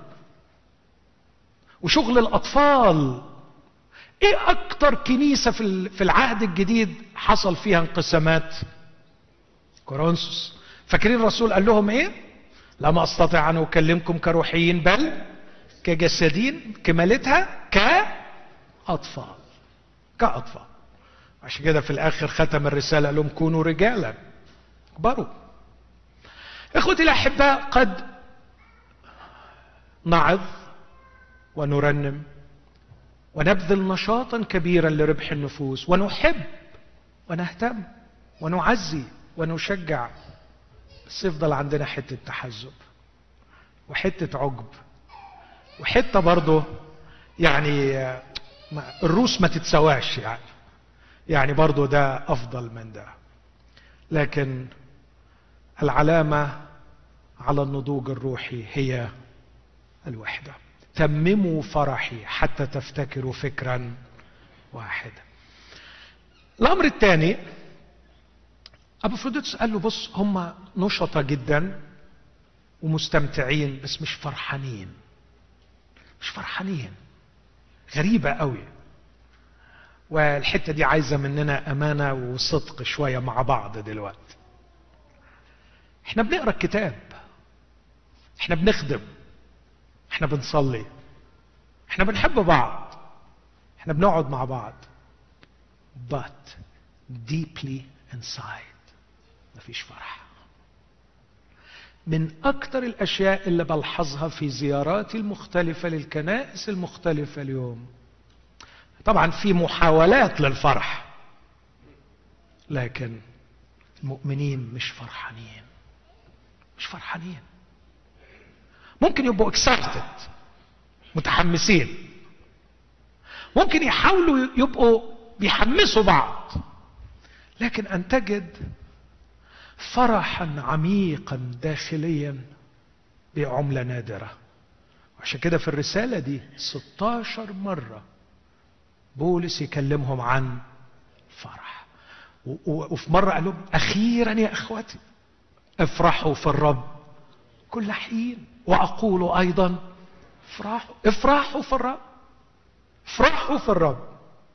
وشغل الأطفال. ايه اكتر كنيسة في العهد الجديد حصل فيها انقسامات؟ كورنثوس. فاكرين الرسول قال لهم ايه؟ لما استطيع ان اكلمكم كروحيين بل كجسدين، كمالتها كأطفال. كأطفال. عشان كده في الاخر ختم الرسالة قال لهم كونوا رجالا اكبروا. اخوتي الاحباء، قد نعظ ونرنم ونبذل نشاطا كبيرا لربح النفوس ونحب ونهتم ونعزي ونشجع، بس يفضل عندنا حتة تحزب وحتة عجب وحتة برضه يعني الروس ما تتسواش، يعني يعني برضه ده أفضل من ده. لكن العلامة على النضوج الروحي هي الوحدة. تمموا فرحي حتى تفتكروا فكرا واحدا. الأمر الثاني، أبو فروديتوس قال له بص، هم نشطة جدا ومستمتعين بس مش فرحانين. مش فرحانين. غريبة قوي. والحتة دي عايزة مننا أمانة وصدق شوية مع بعض دلوقتي. احنا بنقرأ الكتاب، احنا بنخدم، احنا بنصلي، احنا بنحب بعض، احنا بنقعد مع بعض، but deeply inside مفيش فرح. من اكتر الاشياء اللي بلحظها في زياراتي المختلفة للكنائس المختلفة اليوم، طبعا في محاولات للفرح، لكن المؤمنين مش فرحانين. مش فرحانين. ممكن يبقوا excited متحمسين، ممكن يحاولوا يبقوا بيحمسوا بعض، لكن أن تجد فرحا عميقا داخليا بعملة نادرة. وعشان كده في الرسالة دي ستاشر مرة بولس يكلمهم عن فرح، وفي مرة قال لهم أخيرا يا أخواتي افرحوا في الرب كل حين، وأقول أيضا افرحوا. افرحوا في الرب. افرحوا في الرب.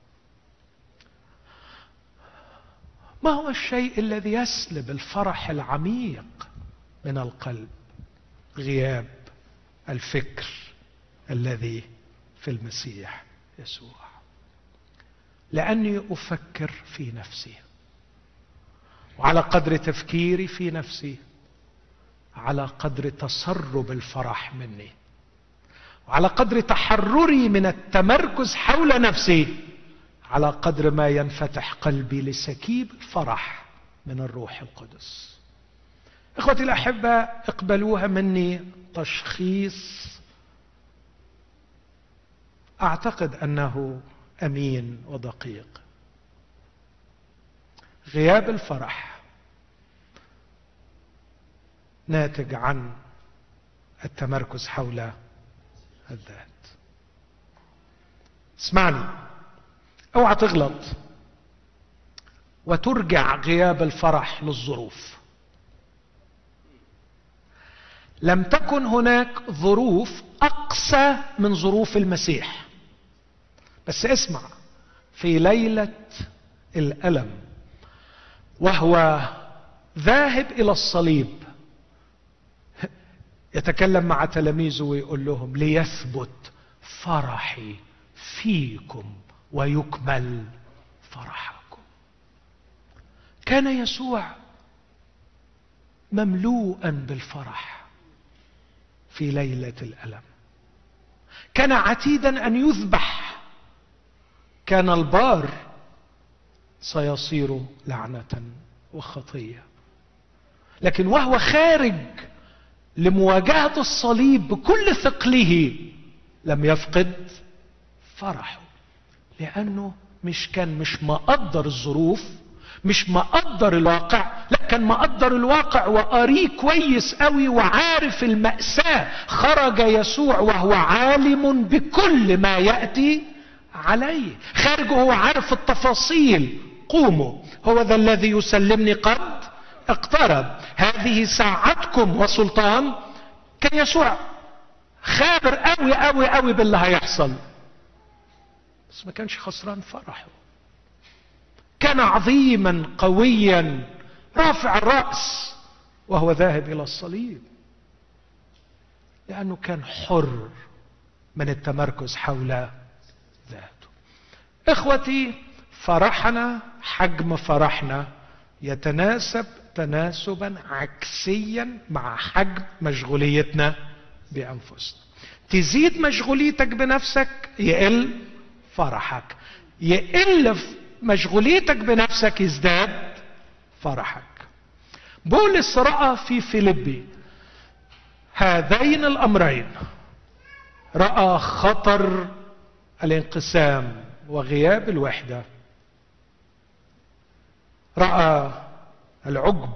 ما هو الشيء الذي يسلب الفرح العميق من القلب؟ غياب الفكر الذي في المسيح يسوع. لأني أفكر في نفسي، وعلى قدر تفكيري في نفسي على قدر تسرب الفرح مني، وعلى قدر تحرري من التمركز حول نفسي على قدر ما ينفتح قلبي لسكيب الفرح من الروح القدس. اخوتي الاحباء، اقبلوها مني تشخيص اعتقد انه امين ودقيق. غياب الفرح ناتج عن التمركز حول الذات. اسمعني، اوعى تغلط وترجع غياب الفرح للظروف. لم تكن هناك ظروف اقسى من ظروف المسيح. بس اسمع، في ليلة الألم وهو ذاهب إلى الصليب يتكلم مع تلاميذه ويقول لهم ليثبت فرحي فيكم ويكمل فرحكم. كان يسوع مملوءا بالفرح في ليلة الألم. كان عتيدا أن يذبح. كان البار سيصير لعنة وخطية، لكن وهو خارج لمواجهة الصليب بكل ثقله لم يفقد فرحه، لأنه مش كان مش مقدر الظروف، مش مقدر الواقع، لا كان مقدر الواقع وقاريه كويس قوي وعارف المأساة. خرج يسوع وهو عالم بكل ما يأتي عليه، خارج وهو عارف التفاصيل. قوموا، هو ذا الذي يسلمني قد اقترب، هذه ساعتكم وسلطان. كان يسوع خابر قوي قوي قوي باللي هيحصل، بس ما كانش خسران فرحه. كان عظيما قويا رافع الرأس وهو ذاهب الى الصليب، لانه كان حر من التمركز حول ذاته. اخوتي، فرحنا، حجم فرحنا يتناسب تناسبا عكسيا مع حجم مشغوليتنا بأنفسنا. تزيد مشغوليتك بنفسك يقل فرحك، يقل مشغوليتك بنفسك يزداد فرحك. بولس رأى في فيليبي هذين الأمرين، رأى خطر الانقسام وغياب الوحدة، رأى العجب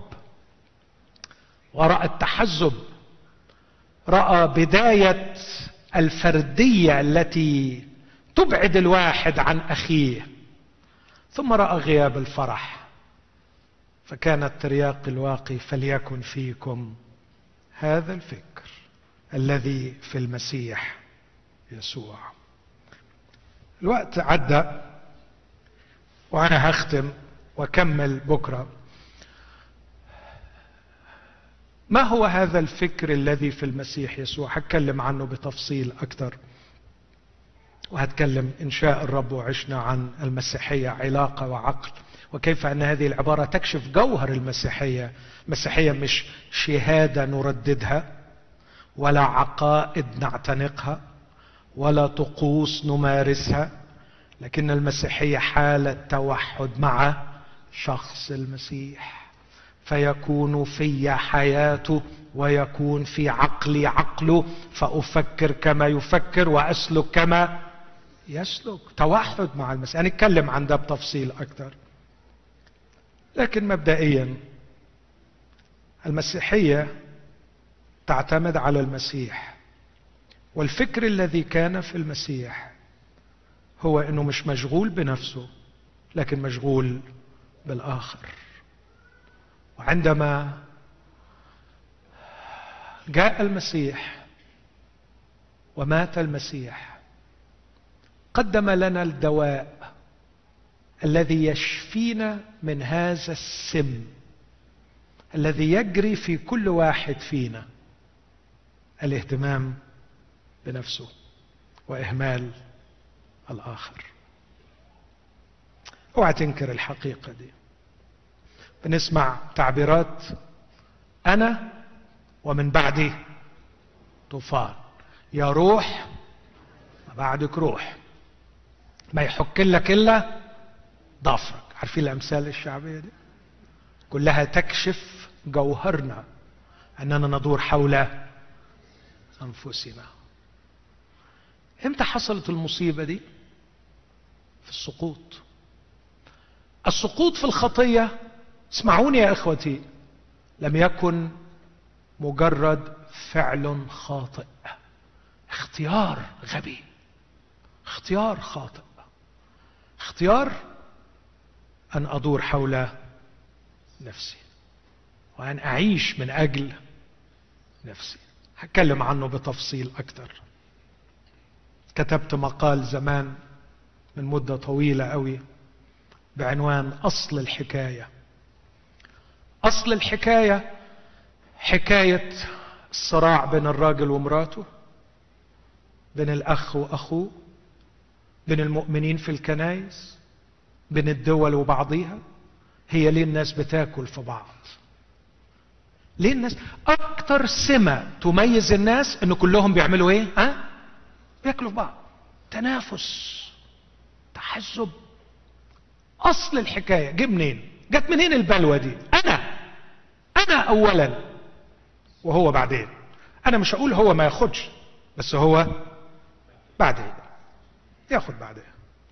ورأى التحزب، رأى بداية الفردية التي تبعد الواحد عن أخيه، ثم رأى غياب الفرح. فكان الترياق الواقي: فليكن فيكم هذا الفكر الذي في المسيح يسوع. الوقت عدى وأنا هختم وأكمل بكرة. ما هو هذا الفكر الذي في المسيح يسوع؟ هتكلم عنه بتفصيل أكثر، وهتكلم إن شاء الرب وعشنا عن المسيحية علاقة وعقل، وكيف أن هذه العبارة تكشف جوهر المسيحية. المسيحية مش شهادة نرددها، ولا عقائد نعتنقها، ولا طقوس نمارسها، لكن المسيحية حالة توحد مع شخص المسيح، فيكون في حياته ويكون في عقلي عقله، فأفكر كما يفكر وأسلك كما يسلك. توحد مع المسيح، هنتكلم عن ده بتفصيل أكثر. لكن مبدئيا المسيحية تعتمد على المسيح، والفكر الذي كان في المسيح هو أنه مش مشغول بنفسه، لكن مشغول بالآخر. وعندما جاء المسيح ومات المسيح، قدم لنا الدواء الذي يشفينا من هذا السم الذي يجري في كل واحد فينا: الاهتمام بنفسه وإهمال الآخر. اوعى تنكر الحقيقة دي. بنسمع تعبيرات: أنا ومن بعدي طوفان، يا روح ما بعدك روح، ما يحك لك إلا ضفرك. عارفين الأمثال الشعبية دي؟ كلها تكشف جوهرنا، أننا ندور حول أنفسنا. إمتى حصلت المصيبة دي؟ في السقوط. السقوط في الخطية، اسمعوني يا إخوتي، لم يكن مجرد فعل خاطئ، اختيار غبي، اختيار خاطئ، اختيار أن أدور حول نفسي وأن أعيش من أجل نفسي. هتكلم عنه بتفصيل أكثر. كتبت مقال زمان من مدة طويلة قوي بعنوان أصل الحكاية. أصل الحكاية حكاية الصراع بين الراجل ومراته، بين الأخ وأخوه، بين المؤمنين في الكنائس، بين الدول وبعضيها. هي ليه الناس بتاكل في بعض؟ ليه الناس أكتر سمة تميز الناس إن كلهم بيعملوا إيه؟ ها؟ بياكلوا في بعض. تنافس، تحزب. أصل الحكاية جه منين؟ جت منين البلوى دي؟ أنا أنا أولا وهو بعدين. أنا مش هقول هو ما ياخدش، بس هو بعدين ياخد بعدين.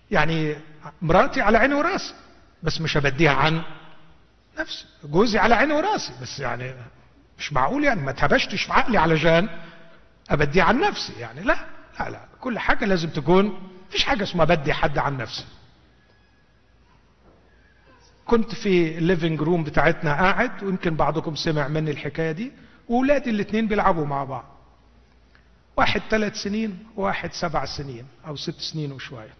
يعني مراتي على عيني وراسي بس مش هبديها عن نفسي، جوزي على عيني وراسي بس يعني مش معقول يعني ما اتهبشتش في عقلي علشان ابديه عن نفسي يعني. لا لا لا، كل حاجه لازم تكون، مفيش حاجه اسمها بدي حد عن نفسي. كنت في الليفينج روم بتاعتنا قاعد، ويمكن بعضكم سمع مني الحكايه دي، واولادي الاثنين بيلعبوا مع بعض، واحد ثلاث سنين وواحد سبع سنين او ست سنين وشويه.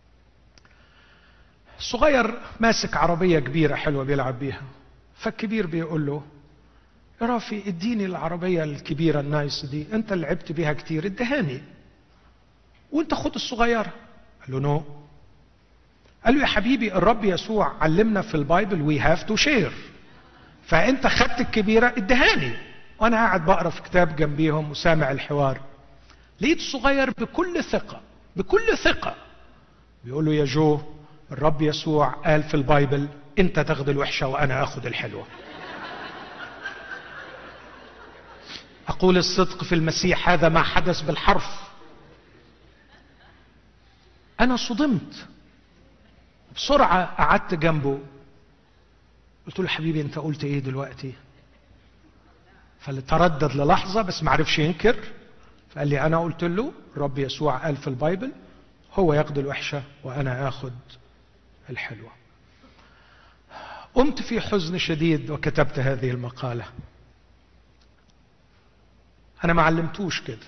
الصغير ماسك عربيه كبيره حلوه بيلعب بيها، فالكبير بيقول له يا رافي اديني العربيه الكبيره النايس دي، انت اللي لعبت بيها كتير ادهاني وانت خد الصغيره. قال له نو. قال له يا حبيبي الرب يسوع علمنا في البايبل وي هاف تو شير، فانت خدت الكبيره ادهاني. وانا قاعد بقرا في كتاب جنبيهم وسامع الحوار، لقيت الصغير بكل ثقه بكل ثقه بيقول له يا جو الرب يسوع قال في البايبل انت تاخد الوحشه وانا اخد الحلوه. اقول الصدق في المسيح هذا ما حدث بالحرف. انا صدمت بسرعه، قعدت جنبه قلت له حبيبي انت قلت ايه دلوقتي؟ فلتردد للحظه بس ما عرفش ينكر، فقال لي انا قلت له الرب يسوع قال في البايبل هو ياخد الوحشه وانا اخد الحلوه. قمت في حزن شديد وكتبت هذه المقاله. انا ما علمتوش كده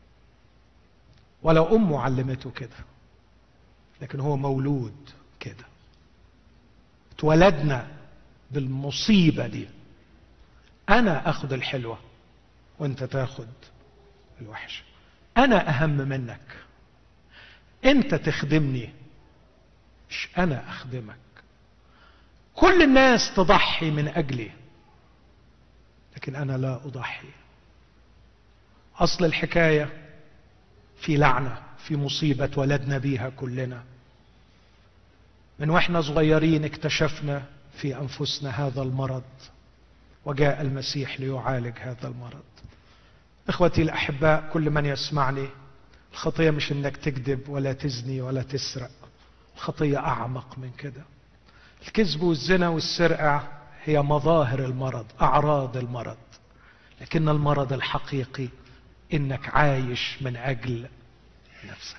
ولا امه علمته كده، لكن هو مولود كده، اتولدنا بالمصيبه دي، انا اخد الحلوه وانت تاخد الوحشه، انا اهم منك، انت تخدمني مش انا اخدمك. كل الناس تضحي من اجلي لكن انا لا اضحي. اصل الحكايه في لعنه، في مصيبه اتولدنا بيها كلنا. من واحنا صغيرين اكتشفنا في انفسنا هذا المرض، وجاء المسيح ليعالج هذا المرض. اخوتي الاحباء، كل من يسمعني، الخطيه مش انك تكذب ولا تزني ولا تسرق، الخطيه اعمق من كده. الكذب والزنا والسرقه هي مظاهر المرض، اعراض المرض، لكن المرض الحقيقي انك عايش من اجل نفسك.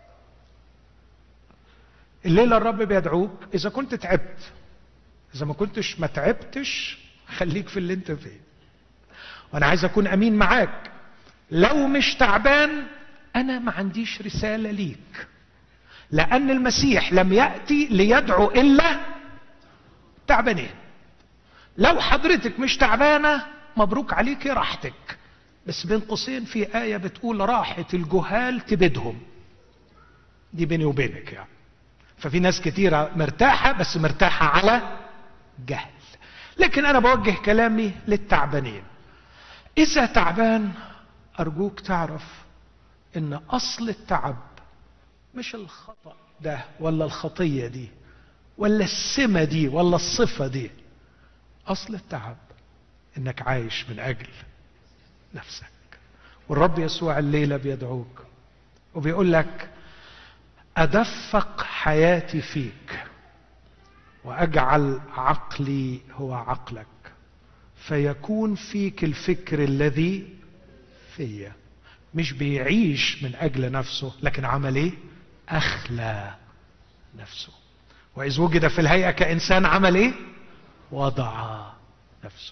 الليله الرب بيدعوك، اذا كنت تعبت، اذا ما كنتش ما تعبتش خليك في اللي انت فيه. وانا عايز اكون امين معاك، لو مش تعبان انا ما عنديش رساله ليك، لان المسيح لم ياتي ليدعو الا تعبانين. لو حضرتك مش تعبانه مبروك عليك راحتك، بس بين قوسين في آية بتقول راحة الجهال تبدهم، دي بيني وبينك يعني. ففي ناس كتيرة مرتاحة بس مرتاحة على جهل، لكن أنا بوجه كلامي للتعبانين. إذا تعبان أرجوك تعرف إن أصل التعب مش الخطأ ده ولا الخطية دي ولا السمة دي ولا الصفة دي. أصل التعب إنك عايش من أجل نفسك. والرب يسوع الليلة بيدعوك وبيقول لك أدفق حياتي فيك وأجعل عقلي هو عقلك، فيكون فيك الفكر الذي فيا. مش بيعيش من أجل نفسه، لكن عمل إيه؟ أخلى نفسه. وإذ وجد في الهيئة كإنسان عمل إيه؟ وضع نفسه.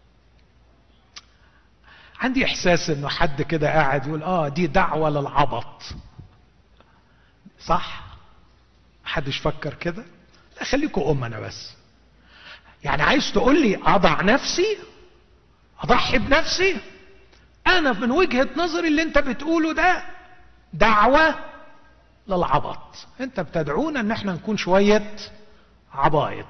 عندي إحساس إنه حد كده قاعد يقول آه دي دعوة للعبط، صح؟ محدش فكر كده؟ لا خليكوا أم أنا بس. يعني عايز تقول لي أضع نفسي؟ أضحي بنفسي؟ أنا من وجهة نظري اللي أنت بتقوله ده دعوة للعبط. أنت بتدعونا إن احنا نكون شوية عبايط.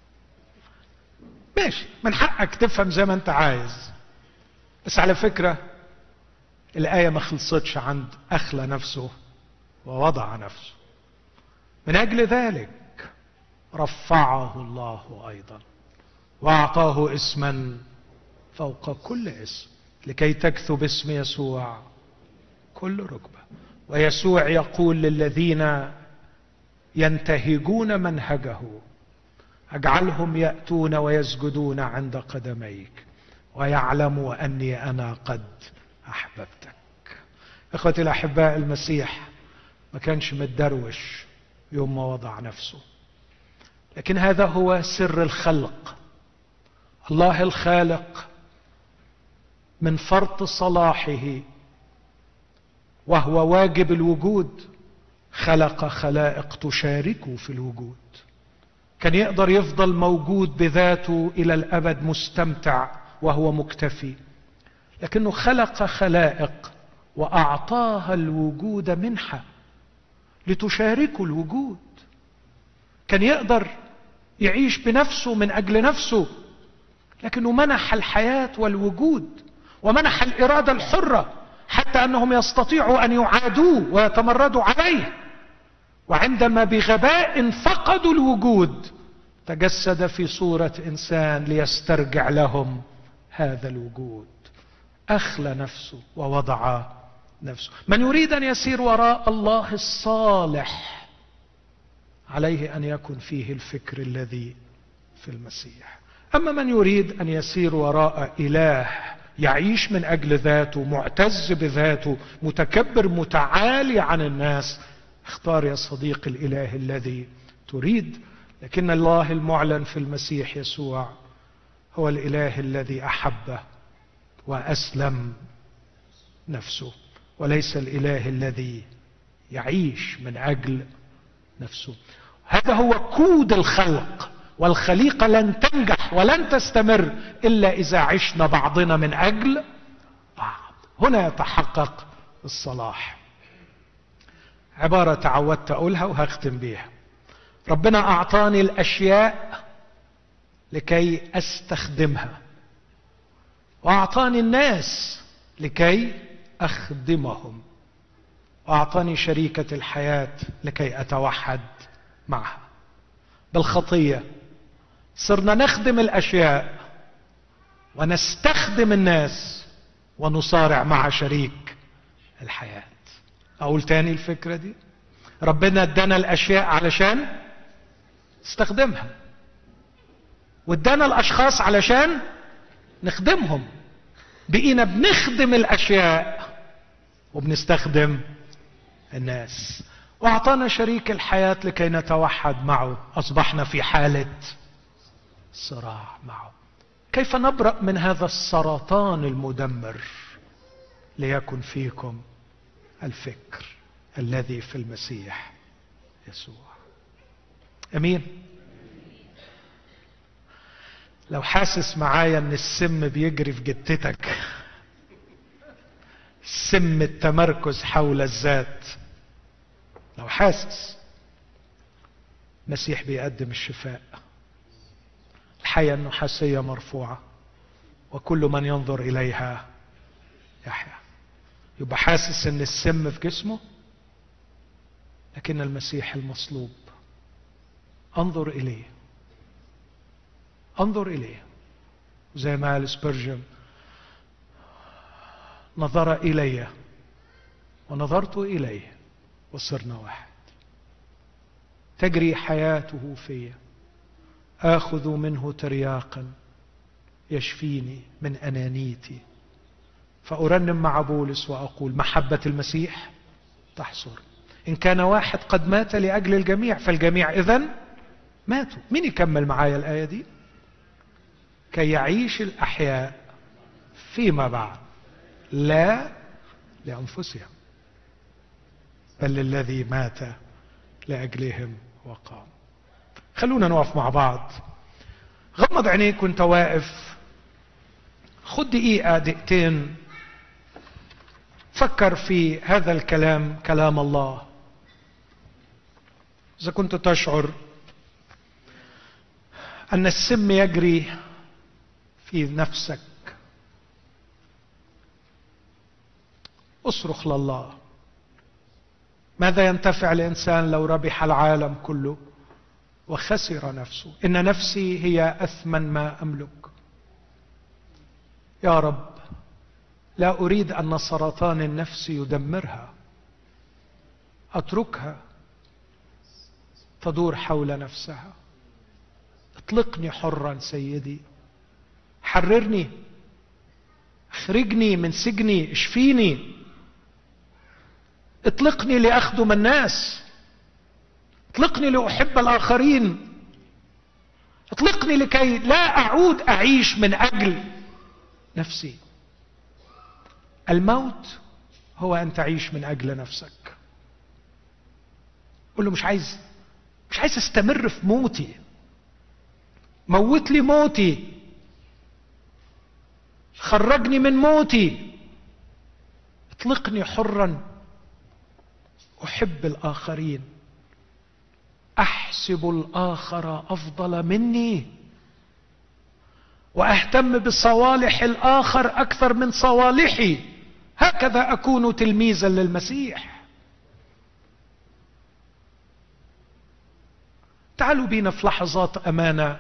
ماشي، من حقك تفهم زي ما أنت عايز، بس على فكرة الآية ما خلصتش عند أخلى نفسه ووضع نفسه. من أجل ذلك رفعه الله أيضا وأعطاه اسما فوق كل اسم، لكي تكثب اسم يسوع كل ركبة. ويسوع يقول للذين ينتهجون منهجه، اجعلهم يأتون ويسجدون عند قدميك ويعلموا اني انا قد احببتك. اخوتي الاحباء، المسيح ما كانش متدروش يوم ما وضع نفسه، لكن هذا هو سر الخلق. الله الخالق من فرط صلاحه وهو واجب الوجود خلق خلائق تشاركه في الوجود. كان يقدر يفضل موجود بذاته الى الابد مستمتع وهو مكتفي، لكنه خلق خلائق واعطاها الوجود منحة لتشاركه الوجود. كان يقدر يعيش بنفسه من اجل نفسه، لكنه منح الحياة والوجود ومنح الإرادة الحرة حتى أنهم يستطيعوا أن يعادوه ويتمردوا عليه. وعندما بغباء فقدوا الوجود تجسد في صورة إنسان ليسترجع لهم هذا الوجود. أخلى نفسه ووضع نفسه. من يريد أن يسير وراء الله الصالح عليه أن يكن فيه الفكر الذي في المسيح. أما من يريد أن يسير وراء إله يعيش من أجل ذاته، معتز بذاته، متكبر متعالي عن الناس، اختار يا صديق الإله الذي تريد. لكن الله المعلن في المسيح يسوع هو الإله الذي أحبه وأسلم نفسه، وليس الإله الذي يعيش من أجل نفسه. هذا هو كود الخلق، والخليقة لن تنجح ولن تستمر إلا إذا عشنا بعضنا من أجل بعض. هنا يتحقق الصلاح. عبارة تعودت أقولها وهختم بيها: ربنا أعطاني الأشياء لكي أستخدمها، وأعطاني الناس لكي أخدمهم، وأعطاني شريكة الحياة لكي أتوحد معها. بالخطية صرنا نخدم الأشياء ونستخدم الناس ونصارع مع شريك الحياة. أقول تاني الفكرة دي: ربنا ادانا الأشياء علشان نستخدمها، وادانا الأشخاص علشان نخدمهم. بقينا بنخدم الأشياء وبنستخدم الناس. واعطانا شريك الحياة لكي نتوحد معه. أصبحنا في حالة صراع معه. كيف نبرأ من هذا السرطان المدمر؟ ليكن فيكم الفكر الذي في المسيح يسوع. امين. لو حاسس معايا ان السم بيجري في جتتك، سم التمركز حول الذات، لو حاسس، المسيح بيقدم الشفاء. الحياة النحاسية مرفوعة وكل من ينظر إليها يحيا. يبقى حاسس ان السم في جسمه، لكن المسيح المصلوب انظر إليه، انظر إليه. زي ما قال سبيرجن: نظر إلي ونظرت إليه وصرنا واحد. تجري حياته في، آخذ منه ترياقا يشفيني من أنانيتي. فأرنم مع بولس وأقول: محبة المسيح تحصر. إن كان واحد قد مات لأجل الجميع فالجميع إذن ماتوا. مين يكمل معايا الآية دي؟ كي يعيش الأحياء فيما بعد لا لأنفسهم بل للذي مات لأجلهم وقام. خلونا نقف مع بعض. غمض عينيك وانت واقف، خد دقيقة دقيقتين فكر في هذا الكلام، كلام الله. إذا كنت تشعر أن السم يجري في نفسك، اصرخ لله. ماذا ينتفع الإنسان لو ربح العالم كله وخسر نفسه؟ إن نفسي هي أثمن ما أملك. يا رب، لا أريد أن سرطان النفس يدمرها. أتركها تدور حول نفسها. اطلقني حرا سيدي، حررني، اخرجني من سجني، اشفيني، اطلقني لأخدم الناس، اطلقني لأحب الآخرين، اطلقني لكي لا أعود أعيش من أجل نفسي. الموت هو أن تعيش من أجل نفسك. قل له مش عايز مش عايز استمر في موتي، موت لي موتي، خرجني من موتي، اطلقني حرا أحب الآخرين، أحسب الآخر أفضل مني، وأهتم بصوالح الآخر أكثر من صوالحي. هكذا أكون تلميذا للمسيح. تعالوا بينا في لحظات أمانة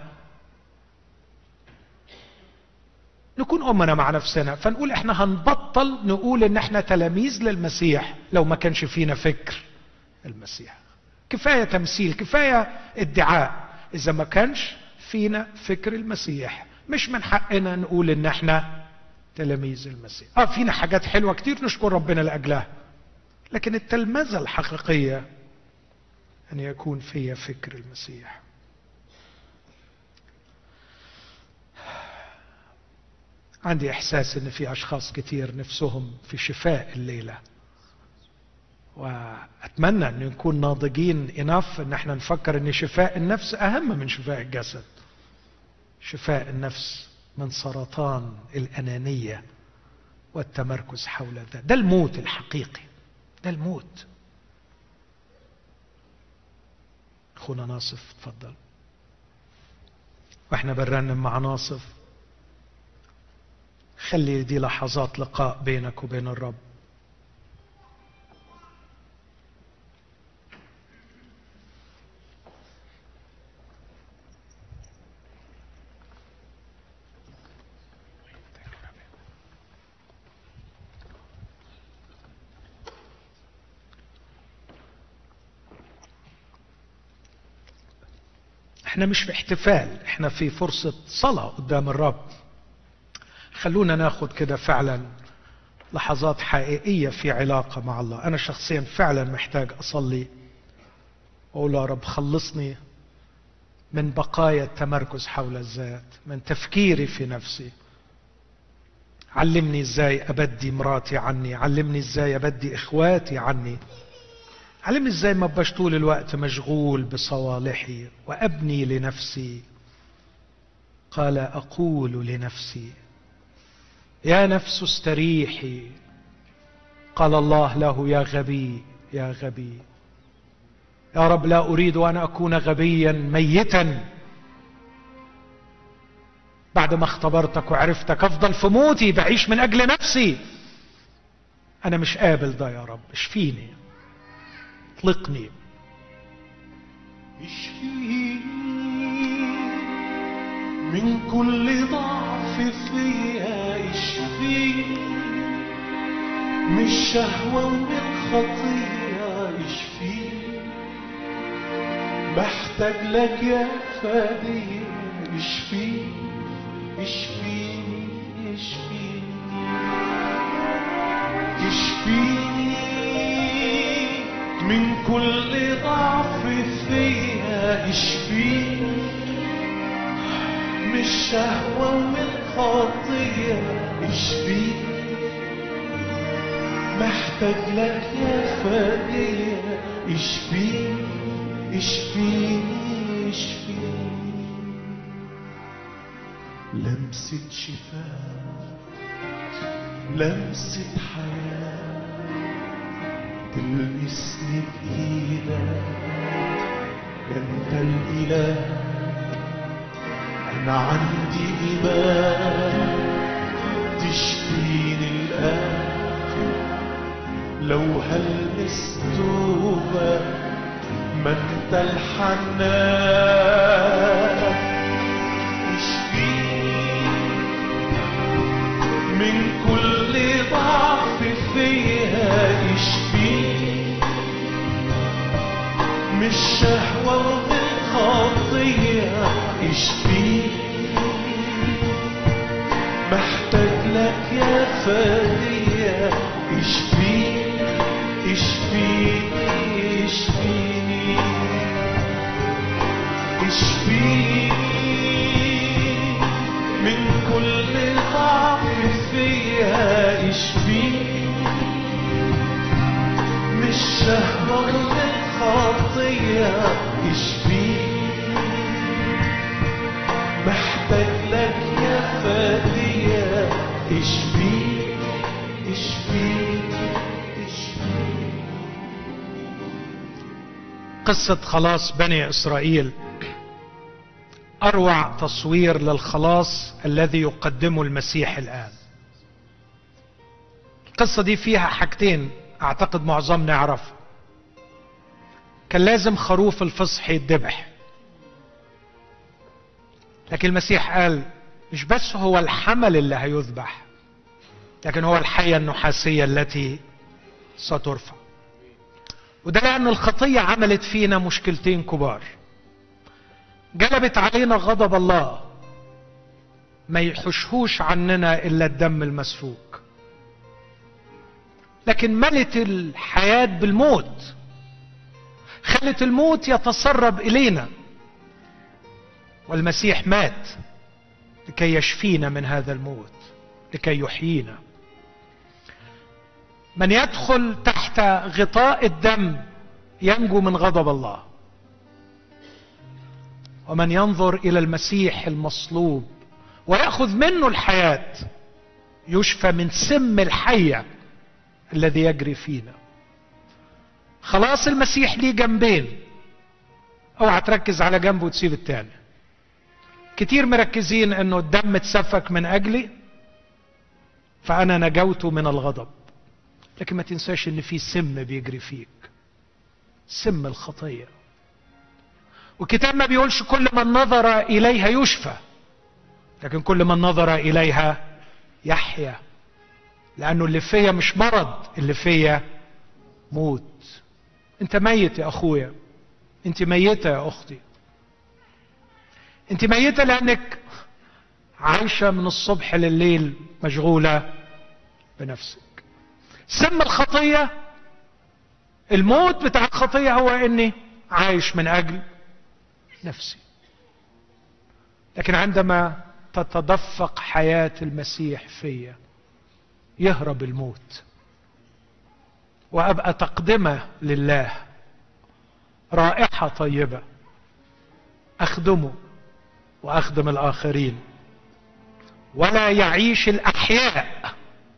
نكون أمنا مع نفسنا، فنقول احنا هنبطل نقول ان احنا تلاميذ للمسيح لو ما كانش فينا فكر المسيح. كفاية تمثيل، كفاية ادعاء. اذا ما كانش فينا فكر المسيح مش من حقنا نقول ان احنا تلاميذ المسيح. اه فينا حاجات حلوة كتير نشكر ربنا لأجلها، لكن التلمذة الحقيقية ان يكون فيا فكر المسيح. عندي احساس ان في اشخاص كتير نفسهم في شفاء الليلة، واتمنى ان نكون ناضجين اناف ان احنا نفكر ان شفاء النفس اهم من شفاء الجسد. شفاء النفس من سرطان الانانية والتمركز حول الذات، ده الموت الحقيقي، ده الموت. اخونا ناصف اتفضل. واحنا بنرنم مع ناصف، خلي دي لحظات لقاء بينك وبين الرب. احنا مش في احتفال، احنا في فرصة صلاة قدام الرب. خلونا ناخد كده فعلا لحظات حقيقية في علاقة مع الله. انا شخصيا فعلا محتاج اصلي واقول يا رب خلصني من بقايا التمركز حول الذات، من تفكيري في نفسي. علمني ازاي ابدي مراتي عني، علمني ازاي ابدي اخواتي عني، علمني ازاي ما ابقاش طول الوقت مشغول بصوالحي وابني لنفسي. قال اقول لنفسي يا نفس استريحي، قال الله له يا غبي يا غبي. يا رب لا اريد ان اكون غبيا ميتا بعد ما اختبرتك وعرفتك، افضل في موتي بعيش من اجل نفسي. انا مش قابل ده يا رب، اشفيني، اطلقني. اشفيني من كل ضعف فيا، اشفيني من الشهوة ومن خطية، اشفيني بحتاج لك يا فادي. اشفيني اشفيني اشفيني اشفيني من كل ضعف فيا، اشفيني من الشهوة ومن خطية، اشفيني محتاج لك يا فادية. اشفيني اشفيني اشفيني لمسة شفاء، لمسة حياة تلمسني بإيدك. أنت الإله، أنا عندي إيمان تشفيني الآن. لو هلمس توبة ما أنت الحنان. اشفيني من كل ضعف فيها، اشفيني من الشهوة اشفيني، محتاج لك يا فادية، اشفيني اشفيني اشفيني اشفيني من كل ضعف فيا، اشفيني مش شهوة الخطية، اشفيني محتاج لك يا فادية، اشفيني اشفيني اشفيني. قصة خلاص بني إسرائيل أروع تصوير للخلاص الذي يقدمه المسيح الآن. القصة دي فيها حاجتين أعتقد معظمنا يعرفها. كان لازم خروف الفصح يتذبح، لكن المسيح قال مش بس هو الحمل اللي هيذبح، لكن هو الحية النحاسية التي سترفع. وده لأن الخطية عملت فينا مشكلتين كبار. جلبت علينا غضب الله ما يحشهوش عننا إلا الدم المسفوك، لكن ملت الحياة بالموت، خلت الموت يتسرب إلينا، والمسيح مات لكي يشفينا من هذا الموت، لكي يحيينا. من يدخل تحت غطاء الدم ينجو من غضب الله، ومن ينظر إلى المسيح المصلوب ويأخذ منه الحياة يشفى من سم الحية الذي يجري فينا. خلاص المسيح ليه جنبين، اوعى تركز على جنب وتسيب التاني. كتير مركزين انه الدم اتسفك من اجلي فانا نجوت من الغضب، لكن ما تنساش ان في سم بيجري فيك، سم الخطية. والكتاب ما بيقولش كل من نظر اليها يشفى، لكن كل من نظر اليها يحيا، لانه اللي فيا مش مرض، اللي فيا موت. انت ميت يا اخويا، انت ميتة يا اختي، انت ميتة لانك عايشة من الصبح لليل مشغولة بنفسك. سم الخطية، الموت بتاع الخطية هو اني عايش من اجل نفسي. لكن عندما تتدفق حياة المسيح فيا يهرب الموت، وابقى تقدمة لله، رائحة طيبة، اخدمه واخدم الاخرين. ولا يعيش الاحياء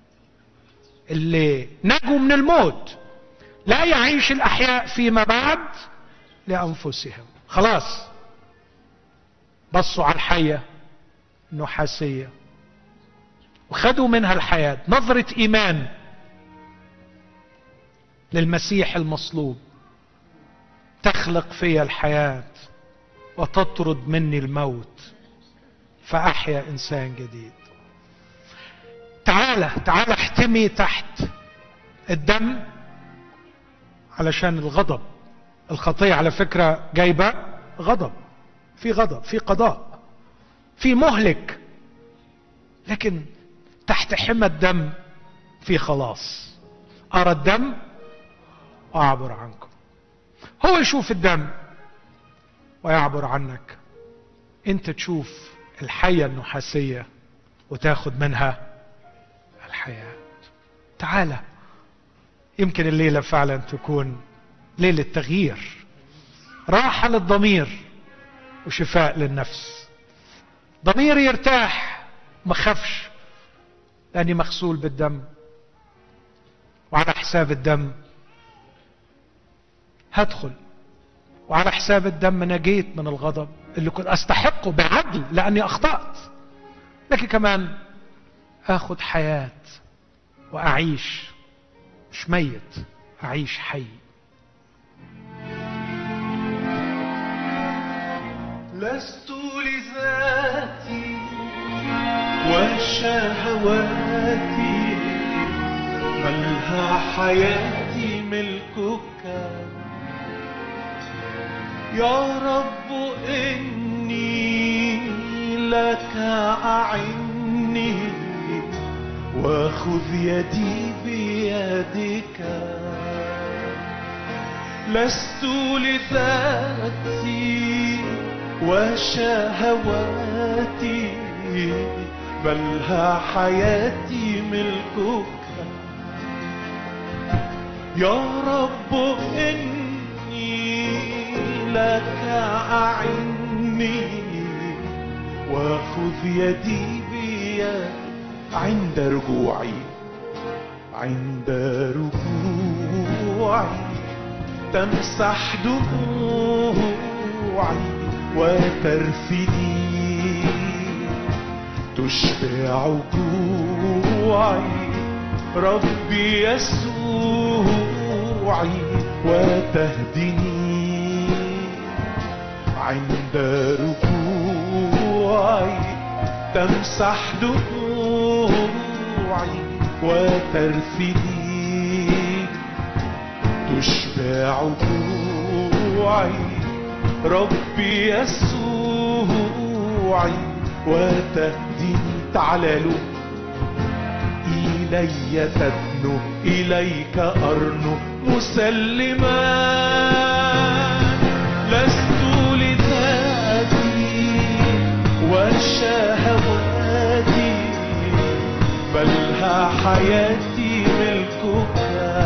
اللي نجوا من الموت، لا يعيش الاحياء فيما بعد لانفسهم. خلاص بصوا على الحية النحاسية وخدوا منها الحياة. نظرة ايمان للمسيح المصلوب تخلق فيا الحياة وتطرد مني الموت، فأحيا إنسان جديد. تعالى تعالى احتمي تحت الدم علشان الغضب. الخطية على فكرة جايبة غضب، في غضب، في قضاء، في مهلك، لكن تحت حمى الدم في خلاص. أرى الدم وأعبر عنكم. هو يشوف الدم ويعبر عنك، انت تشوف الحية النحاسية وتاخد منها الحياة. تعالى، يمكن الليلة فعلا تكون ليلة تغيير، راحة للضمير وشفاء للنفس. ضمير يرتاح ما خافش لاني مغسول بالدم، وعلى حساب الدم هدخل، وعلى حساب الدم نجيت من الغضب اللي كنت استحقه بعدل لاني اخطأت، لكن كمان اخد حياة واعيش مش ميت، اعيش حي. لست لذاتي وشهواتي، ملها حياتي ملكك يا رب. إني لك أعني وخذ يدي بيدك. لست لذاتي وشهواتي بل ها حياتي ملكك. يا رب إني لك أعني وخذ يدي بيدي. عند رجوعي عند رجوعي تمسح دموعي وترفدي، تشبع جوعي ربي يسوعي وتهدني. عند رجوعي تمسح دموعي وترفدي، تشبع جوعي ربي يسوعي وتهديني. تعالى له إلي تدنو إليك أرنو مسلما. لست لذاتي وشهواتي بل ها حياتي ملكك.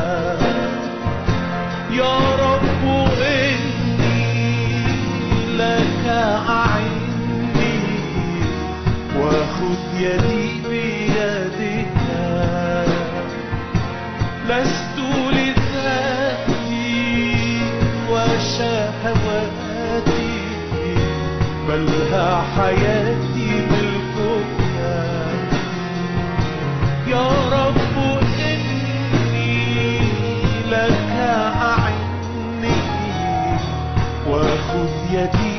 يا رب إني لك أعني وخذ يدي بيدك. لست لذاتي وشهواتي بل ها حياتي ملكك. يا رب إني لك أعني وخذ يدي